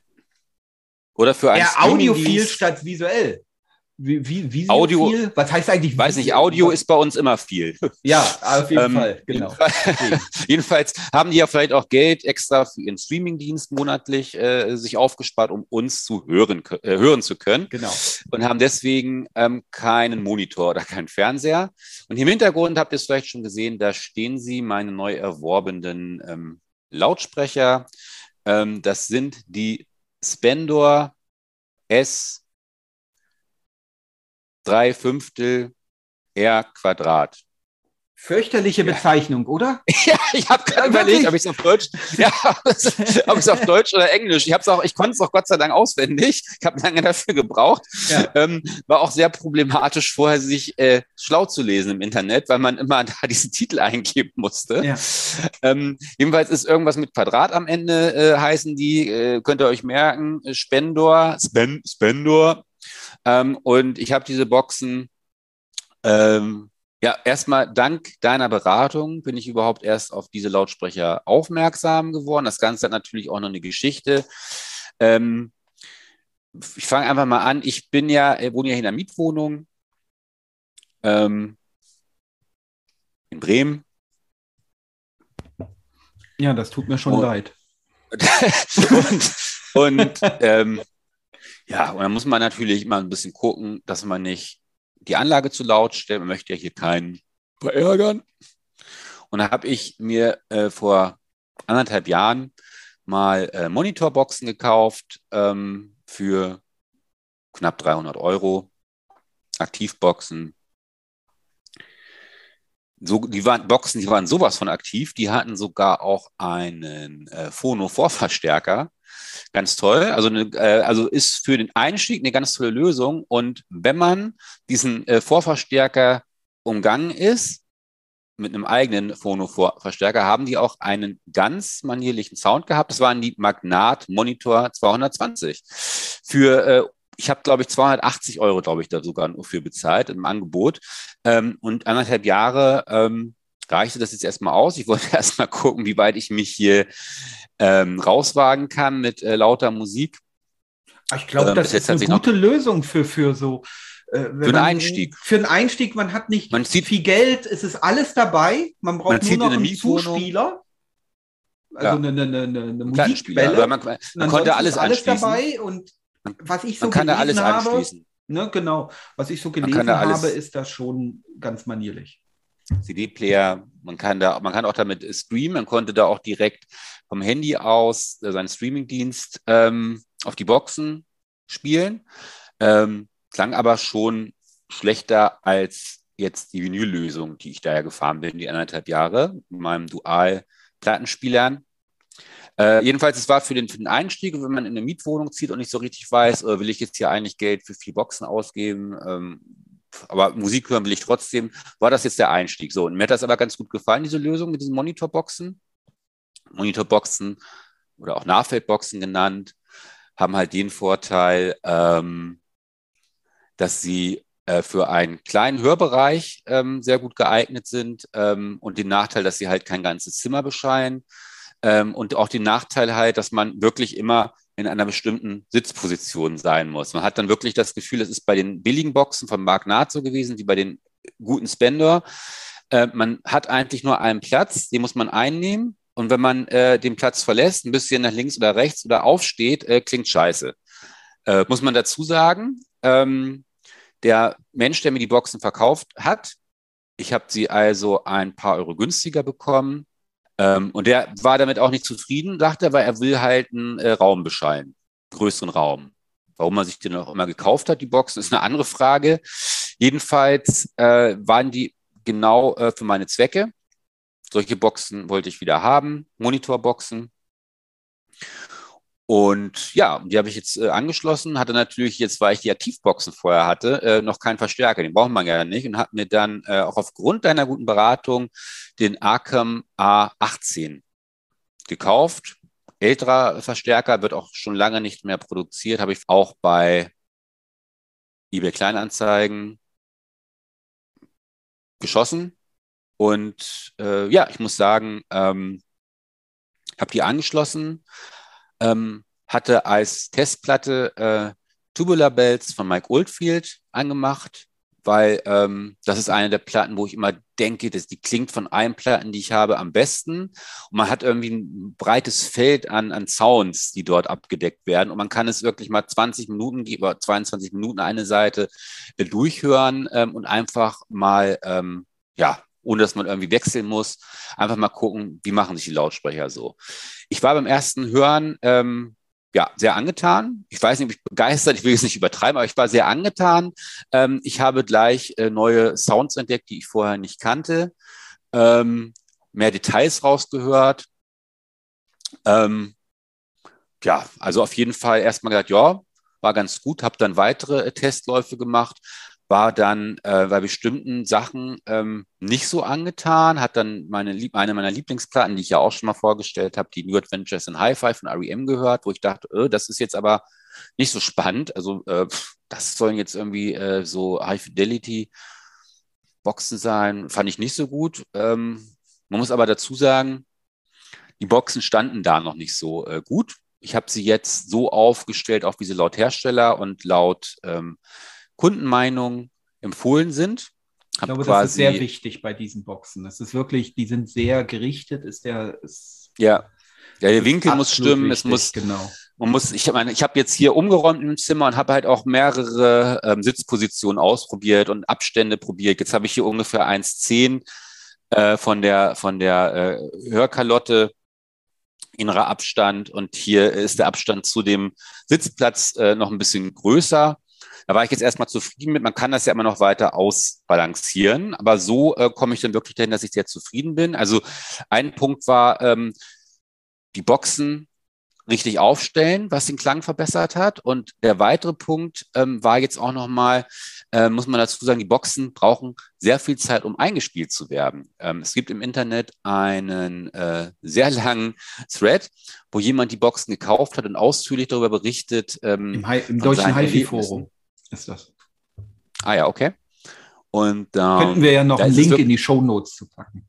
audiophil statt visuell. Wie Audio, viel? Was heißt eigentlich? Weiß nicht, Audio ist bei uns immer viel. Ja, auf jeden Fall, genau. Jedenfalls haben die ja vielleicht auch Geld extra für ihren Streamingdienst monatlich sich aufgespart, um uns hören zu können. Genau. Und haben deswegen keinen Monitor oder keinen Fernseher. Und hier im Hintergrund habt ihr es vielleicht schon gesehen, da stehen sie, meine neu erworbenen Lautsprecher. Das sind die Spendor S 3/5 R Quadrat. Fürchterliche Bezeichnung, oder? Ja, ich habe gerade überlegt, ob ich es auf Deutsch oder Englisch. Ich konnte es auch Gott sei Dank auswendig. Ich habe lange dafür gebraucht. Ja. War auch sehr problematisch, vorher sich schlau zu lesen im Internet, weil man immer da diesen Titel eingeben musste. Ja. Jedenfalls ist irgendwas mit Quadrat am Ende, heißen die. Könnt ihr euch merken. Spendor. Und ich habe diese Boxen erstmal dank deiner Beratung bin ich überhaupt erst auf diese Lautsprecher aufmerksam geworden. Das Ganze hat natürlich auch noch eine Geschichte. Ich fange einfach mal an. Ich wohne ja hier in einer Mietwohnung in Bremen. Ja, das tut mir schon leid. und dann muss man natürlich immer ein bisschen gucken, dass man nicht die Anlage zu laut stellt. Man möchte ja hier keinen verärgern. Und da habe ich mir vor 1,5 Jahren mal Monitorboxen gekauft für knapp 300 €. Aktivboxen. Die waren sowas von aktiv. Die hatten sogar auch einen Phono-Vorverstärker. Ganz toll. Also ist für den Einstieg eine ganz tolle Lösung. Und wenn man diesen Vorverstärker umgangen ist, mit einem eigenen Phono-Vorverstärker, haben die auch einen ganz manierlichen Sound gehabt. Das waren die Magnat Monitor 220. Ich habe, glaube ich, 280 €, glaube ich, da sogar nur für bezahlt im Angebot. Und 1,5 Jahre reichte das jetzt erstmal aus. Ich wollte erstmal gucken, wie weit ich mich hier rauswagen kann mit lauter Musik. Ich glaube, das ist eine gute Lösung für so. Für einen Einstieg. Für einen Einstieg, man hat nicht viel Geld, es ist alles dabei. Man braucht nur noch einen Zuspieler. Also eine Musikquelle. Man konnte alles dabei und was ich so gelesen habe, genau, was ich so gelesen habe, ist das schon ganz manierlich. CD-Player, man kann auch damit streamen, man konnte da auch direkt vom Handy aus seinen Streamingdienst auf die Boxen spielen. Klang aber schon schlechter als jetzt die Vinyl-Lösung, die ich daher gefahren bin, die 1,5 Jahre mit meinem Dual-Plattenspielern. Jedenfalls, es war für den Einstieg, wenn man in eine Mietwohnung zieht und nicht so richtig weiß, will ich jetzt hier eigentlich Geld für 4 Boxen ausgeben, aber Musik hören will ich trotzdem, war das jetzt der Einstieg. So, und mir hat das aber ganz gut gefallen, diese Lösung mit diesen Monitorboxen. Monitorboxen oder auch Nahfeldboxen genannt, haben halt den Vorteil, dass sie für einen kleinen Hörbereich sehr gut geeignet sind und den Nachteil, dass sie halt kein ganzes Zimmer bescheinen und auch den Nachteil halt, dass man wirklich immer in einer bestimmten Sitzposition sein muss. Man hat dann wirklich das Gefühl, es ist bei den billigen Boxen von Mark Naht so gewesen, wie bei den guten Spender. Man hat eigentlich nur einen Platz, den muss man einnehmen. Und wenn man den Platz verlässt, ein bisschen nach links oder rechts oder aufsteht, klingt scheiße. Muss man dazu sagen, der Mensch, der mir die Boxen verkauft hat, ich habe sie also ein paar Euro günstiger bekommen. Und der war damit auch nicht zufrieden, sagte er, weil er will halt einen Raum beschallen, größeren Raum. Warum man sich den auch immer gekauft hat, die Boxen, ist eine andere Frage. Jedenfalls waren die genau für meine Zwecke. Solche Boxen wollte ich wieder haben, Monitorboxen. Und ja, die habe ich jetzt angeschlossen, hatte natürlich jetzt, weil ich die Aktivboxen vorher hatte, noch keinen Verstärker, den braucht man ja nicht und habe mir dann auch aufgrund deiner guten Beratung den Arkham A18 gekauft. Älterer Verstärker, wird auch schon lange nicht mehr produziert, habe ich auch bei eBay Kleinanzeigen geschossen. Und ja, ich muss sagen, habe die angeschlossen, hatte als Testplatte Tubular Bells von Mike Oldfield angemacht, weil das ist eine der Platten, wo ich immer denke, dass die klingt von allen Platten, die ich habe, am besten. Und man hat irgendwie ein breites Feld an Sounds, die dort abgedeckt werden. Und man kann es wirklich mal 20 Minuten oder 22 Minuten eine Seite durchhören und einfach mal, ja, ohne dass man irgendwie wechseln muss, einfach mal gucken, wie machen sich die Lautsprecher so. Ich war beim ersten Hören ja, sehr angetan. Ich weiß nicht, ob ich begeistert, ich will es nicht übertreiben, aber ich war sehr angetan. Ich habe gleich neue Sounds entdeckt, die ich vorher nicht kannte, mehr Details rausgehört. Ja, also auf jeden Fall erstmal gesagt, ja, war ganz gut, habe dann weitere Testläufe gemacht, war dann bei bestimmten Sachen nicht so angetan, hat dann eine meiner Lieblingsplatten, die ich ja auch schon mal vorgestellt habe, die New Adventures in Hi-Fi von REM gehört, wo ich dachte, das ist jetzt aber nicht so spannend. Also das sollen jetzt irgendwie so High-Fidelity-Boxen sein, fand ich nicht so gut. Man muss aber dazu sagen, die Boxen standen da noch nicht so gut. Ich habe sie jetzt so aufgestellt, auch wie sie laut Hersteller und laut Kundenmeinung empfohlen sind. Ich glaube, das ist sehr wichtig bei diesen Boxen. Das ist wirklich, die sind sehr gerichtet, ja, der Winkel muss stimmen, wichtig, es muss, genau. ich habe jetzt hier umgeräumt im Zimmer und habe halt auch mehrere Sitzpositionen ausprobiert und Abstände probiert. Jetzt habe ich hier ungefähr 1,10 von der Hörkalotte, innerer Abstand, und hier ist der Abstand zu dem Sitzplatz noch ein bisschen größer. Da war ich jetzt erstmal zufrieden mit. Man kann das ja immer noch weiter ausbalancieren, aber so komme ich dann wirklich dahin, dass ich sehr zufrieden bin. Also ein Punkt war, die Boxen richtig aufstellen, was den Klang verbessert hat. Und der weitere Punkt war jetzt auch nochmal, muss man dazu sagen, die Boxen brauchen sehr viel Zeit, um eingespielt zu werden. Es gibt im Internet einen sehr langen Thread, wo jemand die Boxen gekauft hat und ausführlich darüber berichtet. Im deutschen HiFi-Forum ist das. Ah ja, okay. Und könnten wir ja noch einen Link in die Shownotes zu packen.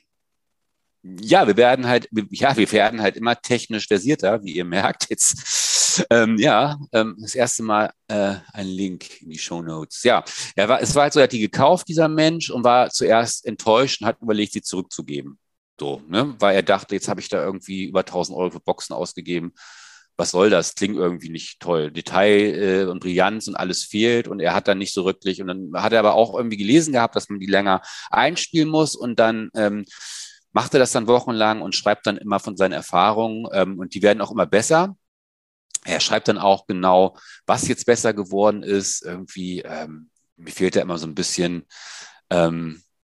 Ja, wir werden halt immer technisch versierter, wie ihr merkt. Jetzt, das erste Mal ein Link in die Shownotes. Ja, es war halt so, er hat die gekauft, dieser Mensch, und war zuerst enttäuscht und hat überlegt, sie zurückzugeben. So, ne? Weil er dachte, jetzt habe ich da irgendwie über 1.000 Euro für Boxen ausgegeben. Was soll das? Klingt irgendwie nicht toll. Detail und Brillanz und alles fehlt, und er hat dann nicht so wirklich. Und dann hat er aber auch irgendwie gelesen gehabt, dass man die länger einspielen muss, und dann macht er das dann wochenlang und schreibt dann immer von seinen Erfahrungen, und die werden auch immer besser. Er schreibt dann auch genau, was jetzt besser geworden ist. Irgendwie, mir fehlt da immer so ein bisschen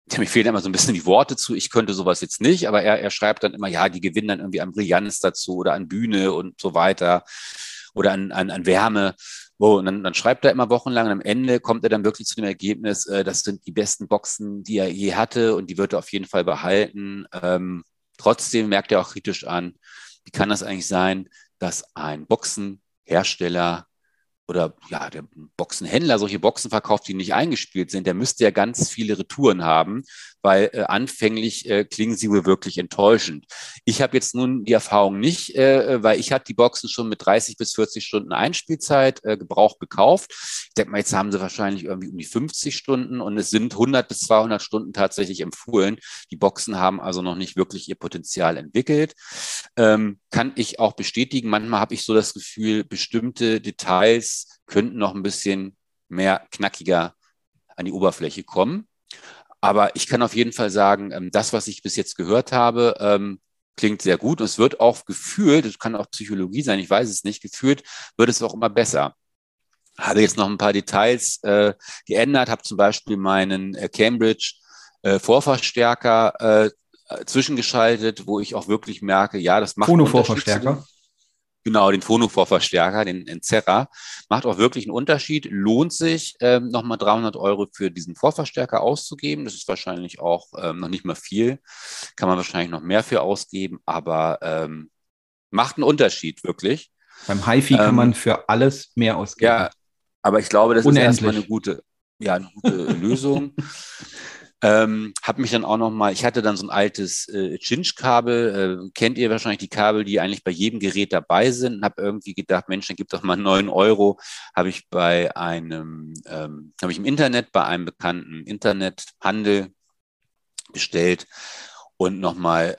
mir fehlen immer so ein bisschen die Worte zu, ich könnte sowas jetzt nicht, aber er schreibt dann immer, ja, die gewinnen dann irgendwie an Brillanz dazu oder an Bühne und so weiter oder an Wärme. Und dann schreibt er immer wochenlang und am Ende kommt er dann wirklich zu dem Ergebnis, das sind die besten Boxen, die er je hatte und die wird er auf jeden Fall behalten. Trotzdem merkt er auch kritisch an, wie kann das eigentlich sein, dass ein Boxenhersteller oder ja, der Boxenhändler solche Boxen verkauft, die nicht eingespielt sind, der müsste ja ganz viele Retouren haben, weil anfänglich klingen sie wohl wirklich enttäuschend. Ich habe jetzt nun die Erfahrung nicht, weil ich hatte die Boxen schon mit 30 bis 40 Stunden Einspielzeit gebraucht gekauft. Ich denke mal, jetzt haben sie wahrscheinlich irgendwie um die 50 Stunden und es sind 100 bis 200 Stunden tatsächlich empfohlen. Die Boxen haben also noch nicht wirklich ihr Potenzial entwickelt. Kann ich auch bestätigen. Manchmal habe ich so das Gefühl, bestimmte Details könnten noch ein bisschen mehr knackiger an die Oberfläche kommen. Aber ich kann auf jeden Fall sagen, das, was ich bis jetzt gehört habe, klingt sehr gut. Und es wird auch gefühlt, es kann auch Psychologie sein, ich weiß es nicht, gefühlt wird es auch immer besser. Habe jetzt noch ein paar Details geändert, habe zum Beispiel meinen Cambridge Vorverstärker zwischengeschaltet, wo ich auch wirklich merke, ja, das macht Phono-Vorverstärker. Genau, den Phono-Vorverstärker, den Encerra, macht auch wirklich einen Unterschied. Lohnt sich, nochmal 300 € für diesen Vorverstärker auszugeben. Das ist wahrscheinlich auch noch nicht mal viel. Kann man wahrscheinlich noch mehr für ausgeben, aber macht einen Unterschied, wirklich. Beim HiFi kann man für alles mehr ausgeben. Ja, aber ich glaube, das Unendlich. ist erstmal eine gute Lösung. Habe mich dann auch nochmal, ich hatte dann so ein altes Cinch-Kabel, kennt ihr wahrscheinlich die Kabel, die eigentlich bei jedem Gerät dabei sind, habe irgendwie gedacht, Mensch, dann gib doch mal 9 €, habe ich im Internet bei einem bekannten Internethandel bestellt und nochmal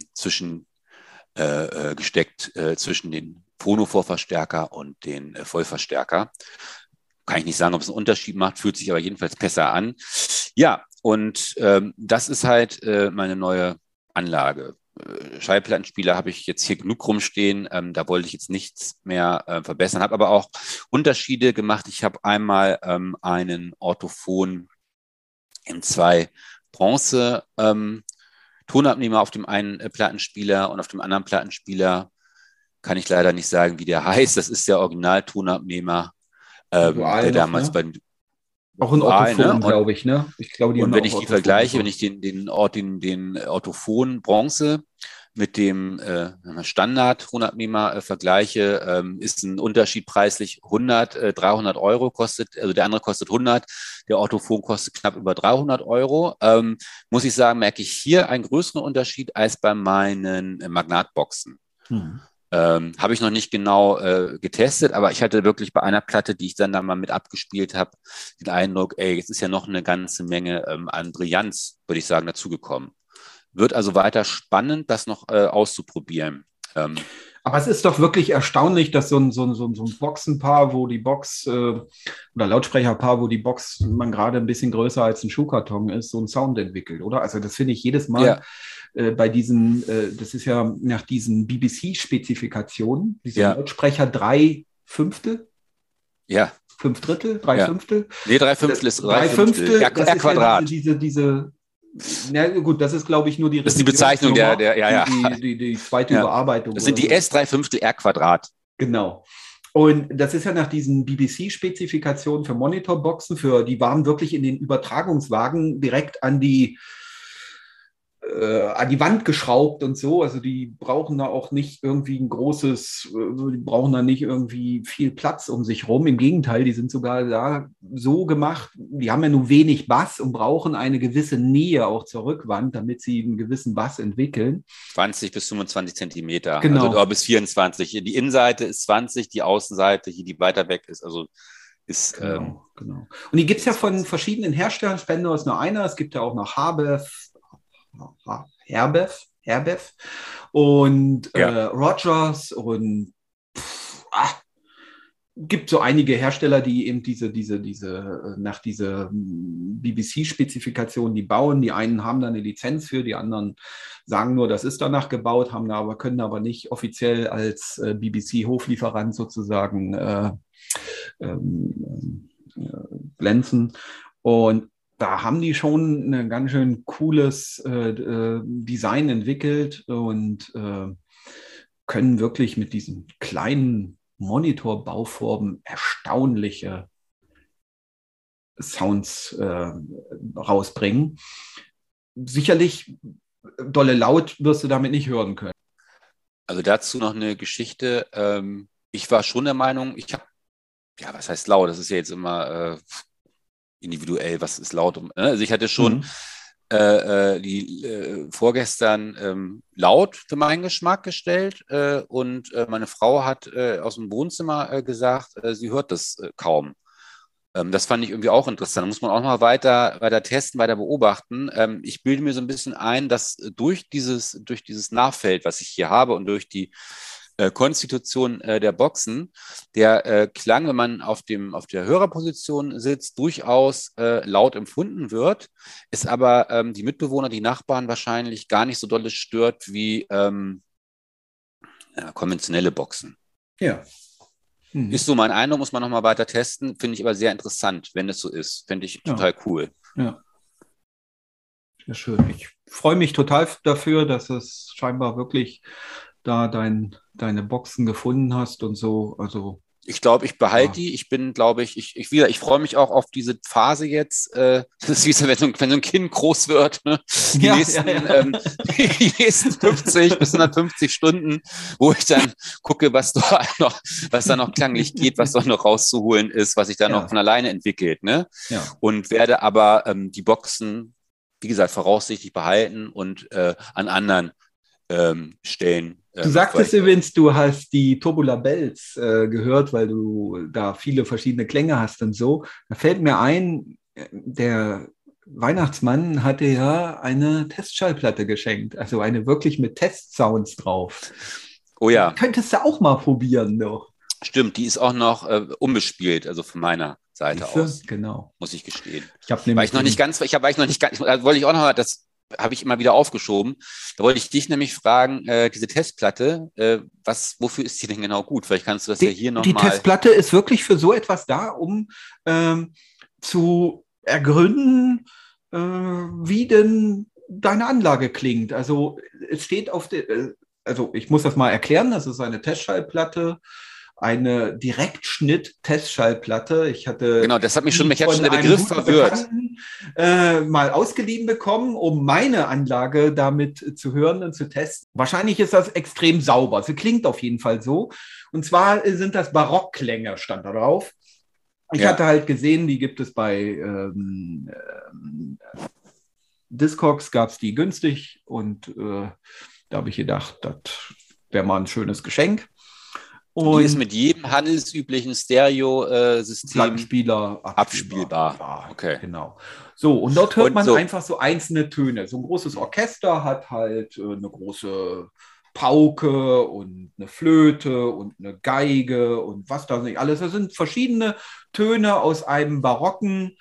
gesteckt zwischen den Phono-Vorverstärker und den Vollverstärker. Kann ich nicht sagen, ob es einen Unterschied macht, fühlt sich aber jedenfalls besser an. Ja, und das ist halt meine neue Anlage. Schallplattenspieler habe ich jetzt hier genug rumstehen. Da wollte ich jetzt nichts mehr verbessern, habe aber auch Unterschiede gemacht. Ich habe einmal einen Orthophon M2 Bronze Tonabnehmer auf dem einen Plattenspieler und auf dem anderen Plattenspieler kann ich leider nicht sagen, wie der heißt. Das ist der Original-Tonabnehmer, der damals bei auch ein Orthophon, glaube ich, ne? Ich glaube, und wenn ich die vergleiche, wenn ich den Orthophon Bronze mit dem Standard Tonabnehmer vergleiche, ist ein Unterschied preislich 300 € kostet, also der andere kostet 100, der Orthophon kostet knapp über 300 €. Muss ich sagen, merke ich hier einen größeren Unterschied als bei meinen Magnatboxen. Habe ich noch nicht genau getestet, aber ich hatte wirklich bei einer Platte, die ich dann da mal mit abgespielt habe, den Eindruck, jetzt ist ja noch eine ganze Menge an Brillanz, würde ich sagen, dazugekommen. Wird also weiter spannend, das noch auszuprobieren. Aber es ist doch wirklich erstaunlich, dass so ein Boxenpaar, wo die Box oder Lautsprecherpaar, wo die Box man gerade ein bisschen größer als ein Schuhkarton ist, so einen Sound entwickelt, oder? Also das finde ich jedes Mal bei diesen, das ist ja nach diesen BBC-Spezifikationen, diese Lautsprecher 3/5. Ja. 5/3, 3/5. Nee, 3/5 ist 3/5. R-Quadrat. Diese na gut, das ist, glaube ich, nur die Das ist die Bezeichnung die zweite Überarbeitung. Das sind die S3/5 R-Quadrat. Genau. Und das ist ja nach diesen BBC-Spezifikationen für Monitorboxen, die waren wirklich in den Übertragungswagen direkt an die Wand geschraubt und so. Also die brauchen da auch nicht irgendwie die brauchen da nicht irgendwie viel Platz um sich rum. Im Gegenteil, die sind sogar da so gemacht, die haben ja nur wenig Bass und brauchen eine gewisse Nähe auch zur Rückwand, damit sie einen gewissen Bass entwickeln. 20 bis 25 Zentimeter, genau. Also bis 24. Die Innenseite ist 20, die Außenseite, hier die weiter weg ist, also ist... Genau. Und die gibt es ja von verschiedenen Herstellern, Spendor ist nur einer, es gibt ja auch noch Herbev und Rogers und gibt so einige Hersteller, die eben diese nach dieser BBC-Spezifikation die bauen. Die einen haben da eine Lizenz für, die anderen sagen nur, das ist danach gebaut, können aber nicht offiziell als BBC-Hoflieferant sozusagen glänzen. Und da haben die schon ein ganz schön cooles Design entwickelt und können wirklich mit diesen kleinen Monitorbauformen erstaunliche Sounds rausbringen. Sicherlich dolle laut wirst du damit nicht hören können. Also dazu noch eine Geschichte. Ich war schon der Meinung, ja, was heißt laut? Das ist ja jetzt immer individuell, was ist laut. Also ich hatte schon vorgestern laut für meinen Geschmack gestellt und meine Frau hat aus dem Wohnzimmer gesagt, sie hört das kaum. Das fand ich irgendwie auch interessant. Da muss man auch mal weiter testen, weiter beobachten. Ich bilde mir so ein bisschen ein, dass durch dieses Nachfeld, was ich hier habe und durch die Konstitution der Boxen, der Klang, wenn man auf der Hörerposition sitzt, durchaus laut empfunden wird, ist aber die Mitbewohner, die Nachbarn wahrscheinlich gar nicht so doll stört wie konventionelle Boxen. Ja. Ist so mein Eindruck, muss man nochmal weiter testen. Finde ich aber sehr interessant, wenn es so ist. Finde ich total cool. Ja. Sehr schön. Ich freue mich total dafür, dass es scheinbar wirklich da deine Boxen gefunden hast und so. Also ich glaube, ich behalte die. Ich bin, glaube ich freue mich auch auf diese Phase jetzt. Das ist wie so, wenn so ein Kind groß wird. Ne? Die nächsten 50 bis 150 Stunden, wo ich dann gucke, was da noch klanglich geht, was doch noch rauszuholen ist, was sich da noch von alleine entwickelt. Ne? Ja. Und werde aber die Boxen, wie gesagt, voraussichtlich behalten und an anderen Stellen. Du sagtest übrigens, du hast die Turbula Bells gehört, weil du da viele verschiedene Klänge hast und so. Da fällt mir ein, der Weihnachtsmann hatte ja eine Testschallplatte geschenkt, also eine wirklich mit Testsounds drauf. Oh ja. Könntest du auch mal probieren noch. Stimmt, die ist auch noch unbespielt, also von meiner Seite aus. Genau. Muss ich gestehen. Wollte ich auch noch mal, das habe ich immer wieder aufgeschoben. Da wollte ich dich nämlich fragen, diese Testplatte, wofür ist die denn genau gut? Vielleicht kannst du das ja hier nochmal... Die Testplatte ist wirklich für so etwas da, um zu ergründen, wie denn deine Anlage klingt. Also es steht also ich muss das mal erklären, das ist eine Testschallplatte, eine Direktschnitt-Testschallplatte. Genau, das hat mich schon der Begriff verwirrt. Mal ausgeliehen bekommen, um meine Anlage damit zu hören und zu testen. Wahrscheinlich ist das extrem sauber. Sie klingt auf jeden Fall so. Und zwar sind das Barockklänge, stand da drauf. Ich hatte halt gesehen, die gibt es bei Discogs, gab es die günstig. Und da habe ich gedacht, das wäre mal ein schönes Geschenk. Und die ist mit jedem handelsüblichen Stereo-System abspielbar. Ja, okay. Genau. So, und dort hört man einfach so einzelne Töne. So ein großes Orchester hat halt eine große Pauke und eine Flöte und eine Geige und was da nicht alles. Das sind verschiedene Töne aus einem barocken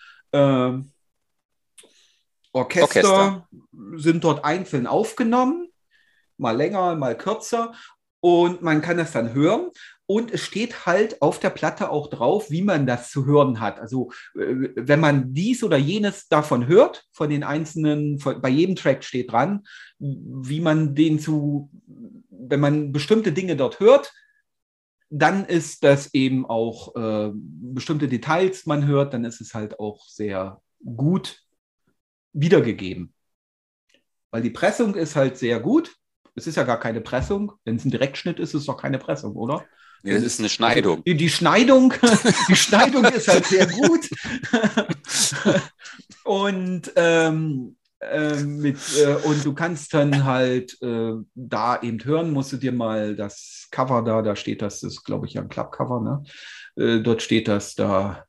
Orchester sind dort einzeln aufgenommen, mal länger, mal kürzer. Und man kann das dann hören. Und es steht halt auf der Platte auch drauf, wie man das zu hören hat. Also wenn man dies oder jenes davon hört, von den einzelnen, bei jedem Track steht dran, wie man wenn man bestimmte Dinge dort hört, dann ist das eben auch bestimmte Details man hört, dann ist es halt auch sehr gut wiedergegeben. Weil die Pressung ist halt sehr gut. Es ist ja gar keine Pressung. Wenn es ein Direktschnitt ist, ist es doch keine Pressung, oder? Nee, das ist eine Schneidung. Die Schneidung ist halt sehr gut. Und du kannst dann halt da eben hören, musst du dir mal das Cover da steht das ist, glaube ich, ja ein Klappcover, ne? Dort steht das da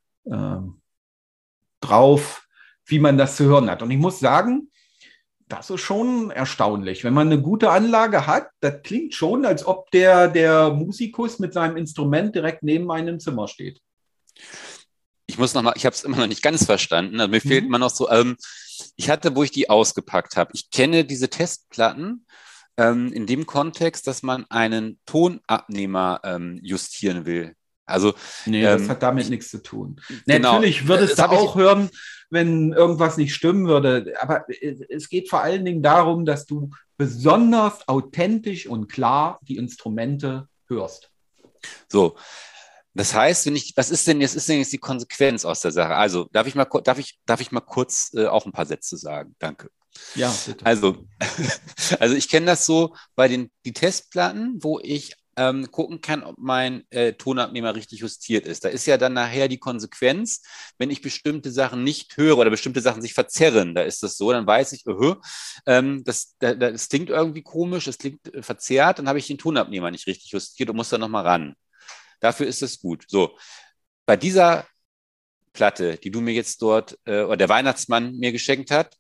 drauf, wie man das zu hören hat. Und ich muss sagen, das ist schon erstaunlich. Wenn man eine gute Anlage hat, das klingt schon, als ob der Musikus mit seinem Instrument direkt neben einem Zimmer steht. Ich habe es immer noch nicht ganz verstanden. Also mir fehlt immer noch so, ich hatte, wo ich die ausgepackt habe, ich kenne diese Testplatten in dem Kontext, dass man einen Tonabnehmer justieren will. Also, Nee, das hat damit nichts zu tun. Genau. Natürlich würdest du auch hören, wenn irgendwas nicht stimmen würde. Aber es geht vor allen Dingen darum, dass du besonders authentisch und klar die Instrumente hörst. So, das heißt, was ist denn jetzt die Konsequenz aus der Sache? Also, darf ich mal kurz auch ein paar Sätze sagen? Danke. Ja, bitte. Also, also ich kenne das so bei die Testplatten, wo ich gucken kann, ob mein Tonabnehmer richtig justiert ist. Da ist ja dann nachher die Konsequenz, wenn ich bestimmte Sachen nicht höre oder bestimmte Sachen sich verzerren, da ist das so, dann weiß ich, das klingt irgendwie komisch, das klingt verzerrt, dann habe ich den Tonabnehmer nicht richtig justiert und muss dann nochmal ran. Dafür ist es gut. So, bei dieser Platte, die du mir jetzt dort, oder der Weihnachtsmann mir geschenkt hat,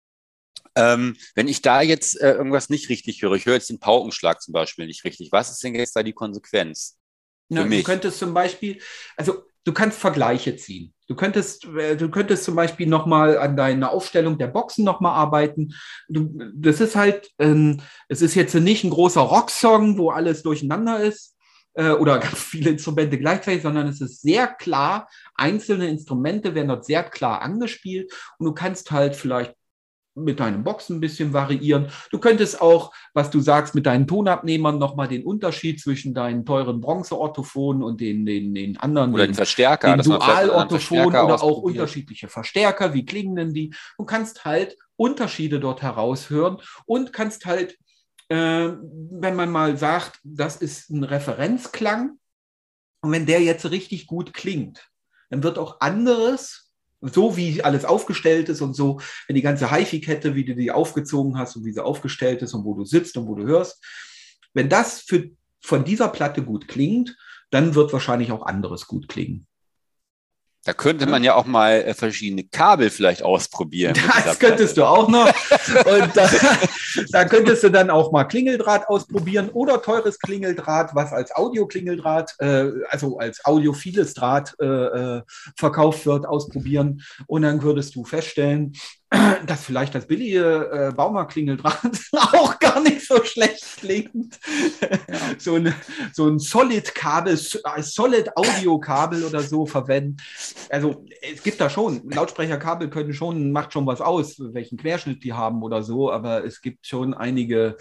wenn ich da jetzt irgendwas nicht richtig höre, ich höre jetzt den Paukenschlag zum Beispiel nicht richtig, was ist denn jetzt da die Konsequenz für mich? Du könntest zum Beispiel, also du kannst Vergleiche ziehen. Du könntest zum Beispiel nochmal an deiner Aufstellung der Boxen nochmal arbeiten. Das ist halt, es ist jetzt nicht ein großer Rocksong, wo alles durcheinander ist oder ganz viele Instrumente gleichzeitig, sondern es ist sehr klar, einzelne Instrumente werden dort sehr klar angespielt und du kannst halt vielleicht mit deinen Boxen ein bisschen variieren. Du könntest auch, was du sagst, mit deinen Tonabnehmern nochmal den Unterschied zwischen deinen teuren Bronze-Orthophonen und den anderen, oder den Verstärker, den Dual-Orthophonen oder auch ausprobiert. Unterschiedliche Verstärker, wie klingen denn die? Du kannst halt Unterschiede dort heraushören und kannst halt, wenn man mal sagt, das ist ein Referenzklang und wenn der jetzt richtig gut klingt, dann wird auch anderes, so wie alles aufgestellt ist und so, wenn die ganze HiFi-Kette, wie du die aufgezogen hast und wie sie aufgestellt ist und wo du sitzt und wo du hörst, wenn das von dieser Platte gut klingt, dann wird wahrscheinlich auch anderes gut klingen. Da könnte man ja auch mal verschiedene Kabel vielleicht ausprobieren. Das könntest du auch noch. Und da könntest du dann auch mal Klingeldraht ausprobieren oder teures Klingeldraht, was als Audio-Klingeldraht, also als audiophiles Draht verkauft wird, ausprobieren. Und dann würdest du feststellen, dass vielleicht das billige Baumarkt-Klingeldraht auch gar nicht so schlecht klingt. Ja. So ein Solid-Kabel, Solid-Audio-Kabel oder so verwenden. Also es gibt da schon, Lautsprecherkabel macht schon was aus, welchen Querschnitt die haben oder so, aber es gibt schon einige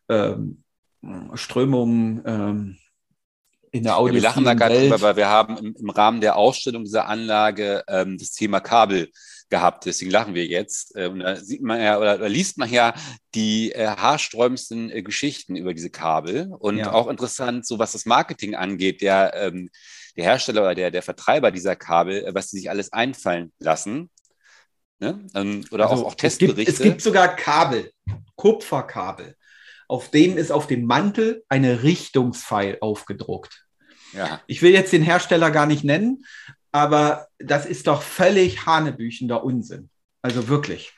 Strömungen in der Audio. Wir lachen da gerade drüber, weil wir haben im Rahmen der Ausstellung dieser Anlage das Thema Kabel gehabt. Deswegen lachen wir jetzt. Und da sieht man ja oder liest man ja die haarsträubendsten Geschichten über diese Kabel. Und auch interessant, so was das Marketing angeht, der Hersteller oder der Vertreiber dieser Kabel, was sie sich alles einfallen lassen. Ne? Oder also auch Testberichte. Es gibt sogar Kabel, Kupferkabel. Auf denen ist auf dem Mantel eine Richtungspfeil aufgedruckt. Ja. Ich will jetzt den Hersteller gar nicht nennen, aber das ist doch völlig hanebüchender Unsinn. Also wirklich.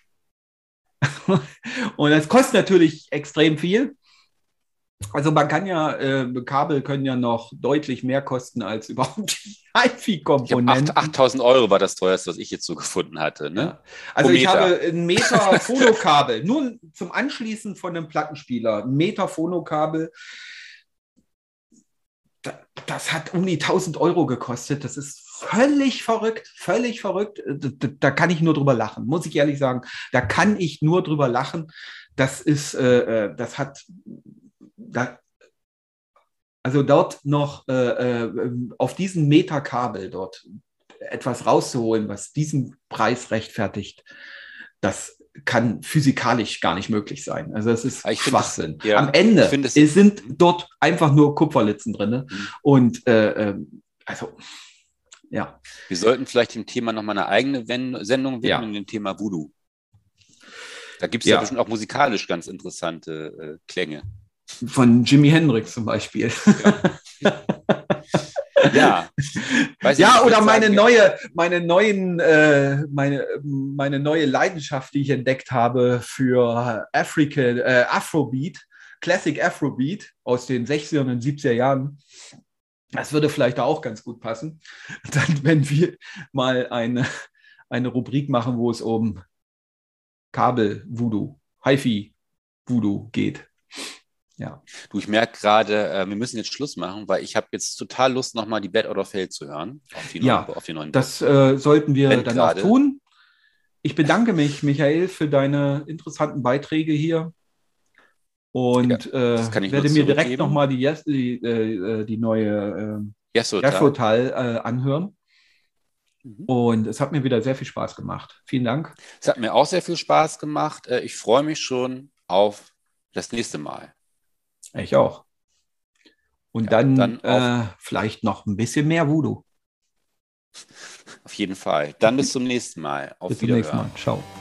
Und das kostet natürlich extrem viel. Also man kann ja, Kabel können ja noch deutlich mehr kosten als überhaupt die HiFi-Komponenten. 8.000 € war das teuerste, was ich jetzt so gefunden hatte. Ne? Ja. Also ich habe ein Meter Phonokabel, nur zum Anschließen von einem Plattenspieler, ein Meter Phonokabel. Das hat um die 1.000 € gekostet. Das ist völlig verrückt, völlig verrückt. Da kann ich nur drüber lachen, muss ich ehrlich sagen. Da kann ich nur drüber lachen. Das ist, also dort noch auf diesen Meter Kabel dort etwas rauszuholen, was diesen Preis rechtfertigt, das kann physikalisch gar nicht möglich sein. Also das ist Schwachsinn. Am Ende sind dort einfach nur Kupferlitzen drin. Und also, ja. Wir sollten vielleicht dem Thema nochmal eine eigene Sendung widmen, dem Thema Voodoo. Da gibt es ja bestimmt auch musikalisch ganz interessante Klänge. Von Jimi Hendrix zum Beispiel. Ja. Oder meine neue Leidenschaft, die ich entdeckt habe für Afrobeat, Classic Afrobeat aus den 60er und 70er Jahren. Das würde vielleicht da auch ganz gut passen. Dann, wenn wir mal eine Rubrik machen, wo es um Kabel-Voodoo, HiFi-Voodoo geht. Ja. Du, ich merke gerade, wir müssen jetzt Schluss machen, weil ich habe jetzt total Lust, nochmal die Bad Out of Hell zu hören. Auf die neuen Das Boxen. sollten wir Brennt dann auch gerade. tun. Ich bedanke mich, Michael, für deine interessanten Beiträge hier und das kann ich nur werde mir direkt zurückgeben. nochmal die neue Yes, total. Jaffotal anhören. Mhm. Und es hat mir wieder sehr viel Spaß gemacht. Vielen Dank. Es hat mir auch sehr viel Spaß gemacht. Ich freue mich schon auf das nächste Mal. Ich auch. Und Ja, dann dann auf vielleicht noch ein bisschen mehr Voodoo. jeden Fall. Dann bis zum nächsten Mal. Bis Auf zum nächsten Mal. Wiederhören. Ciao.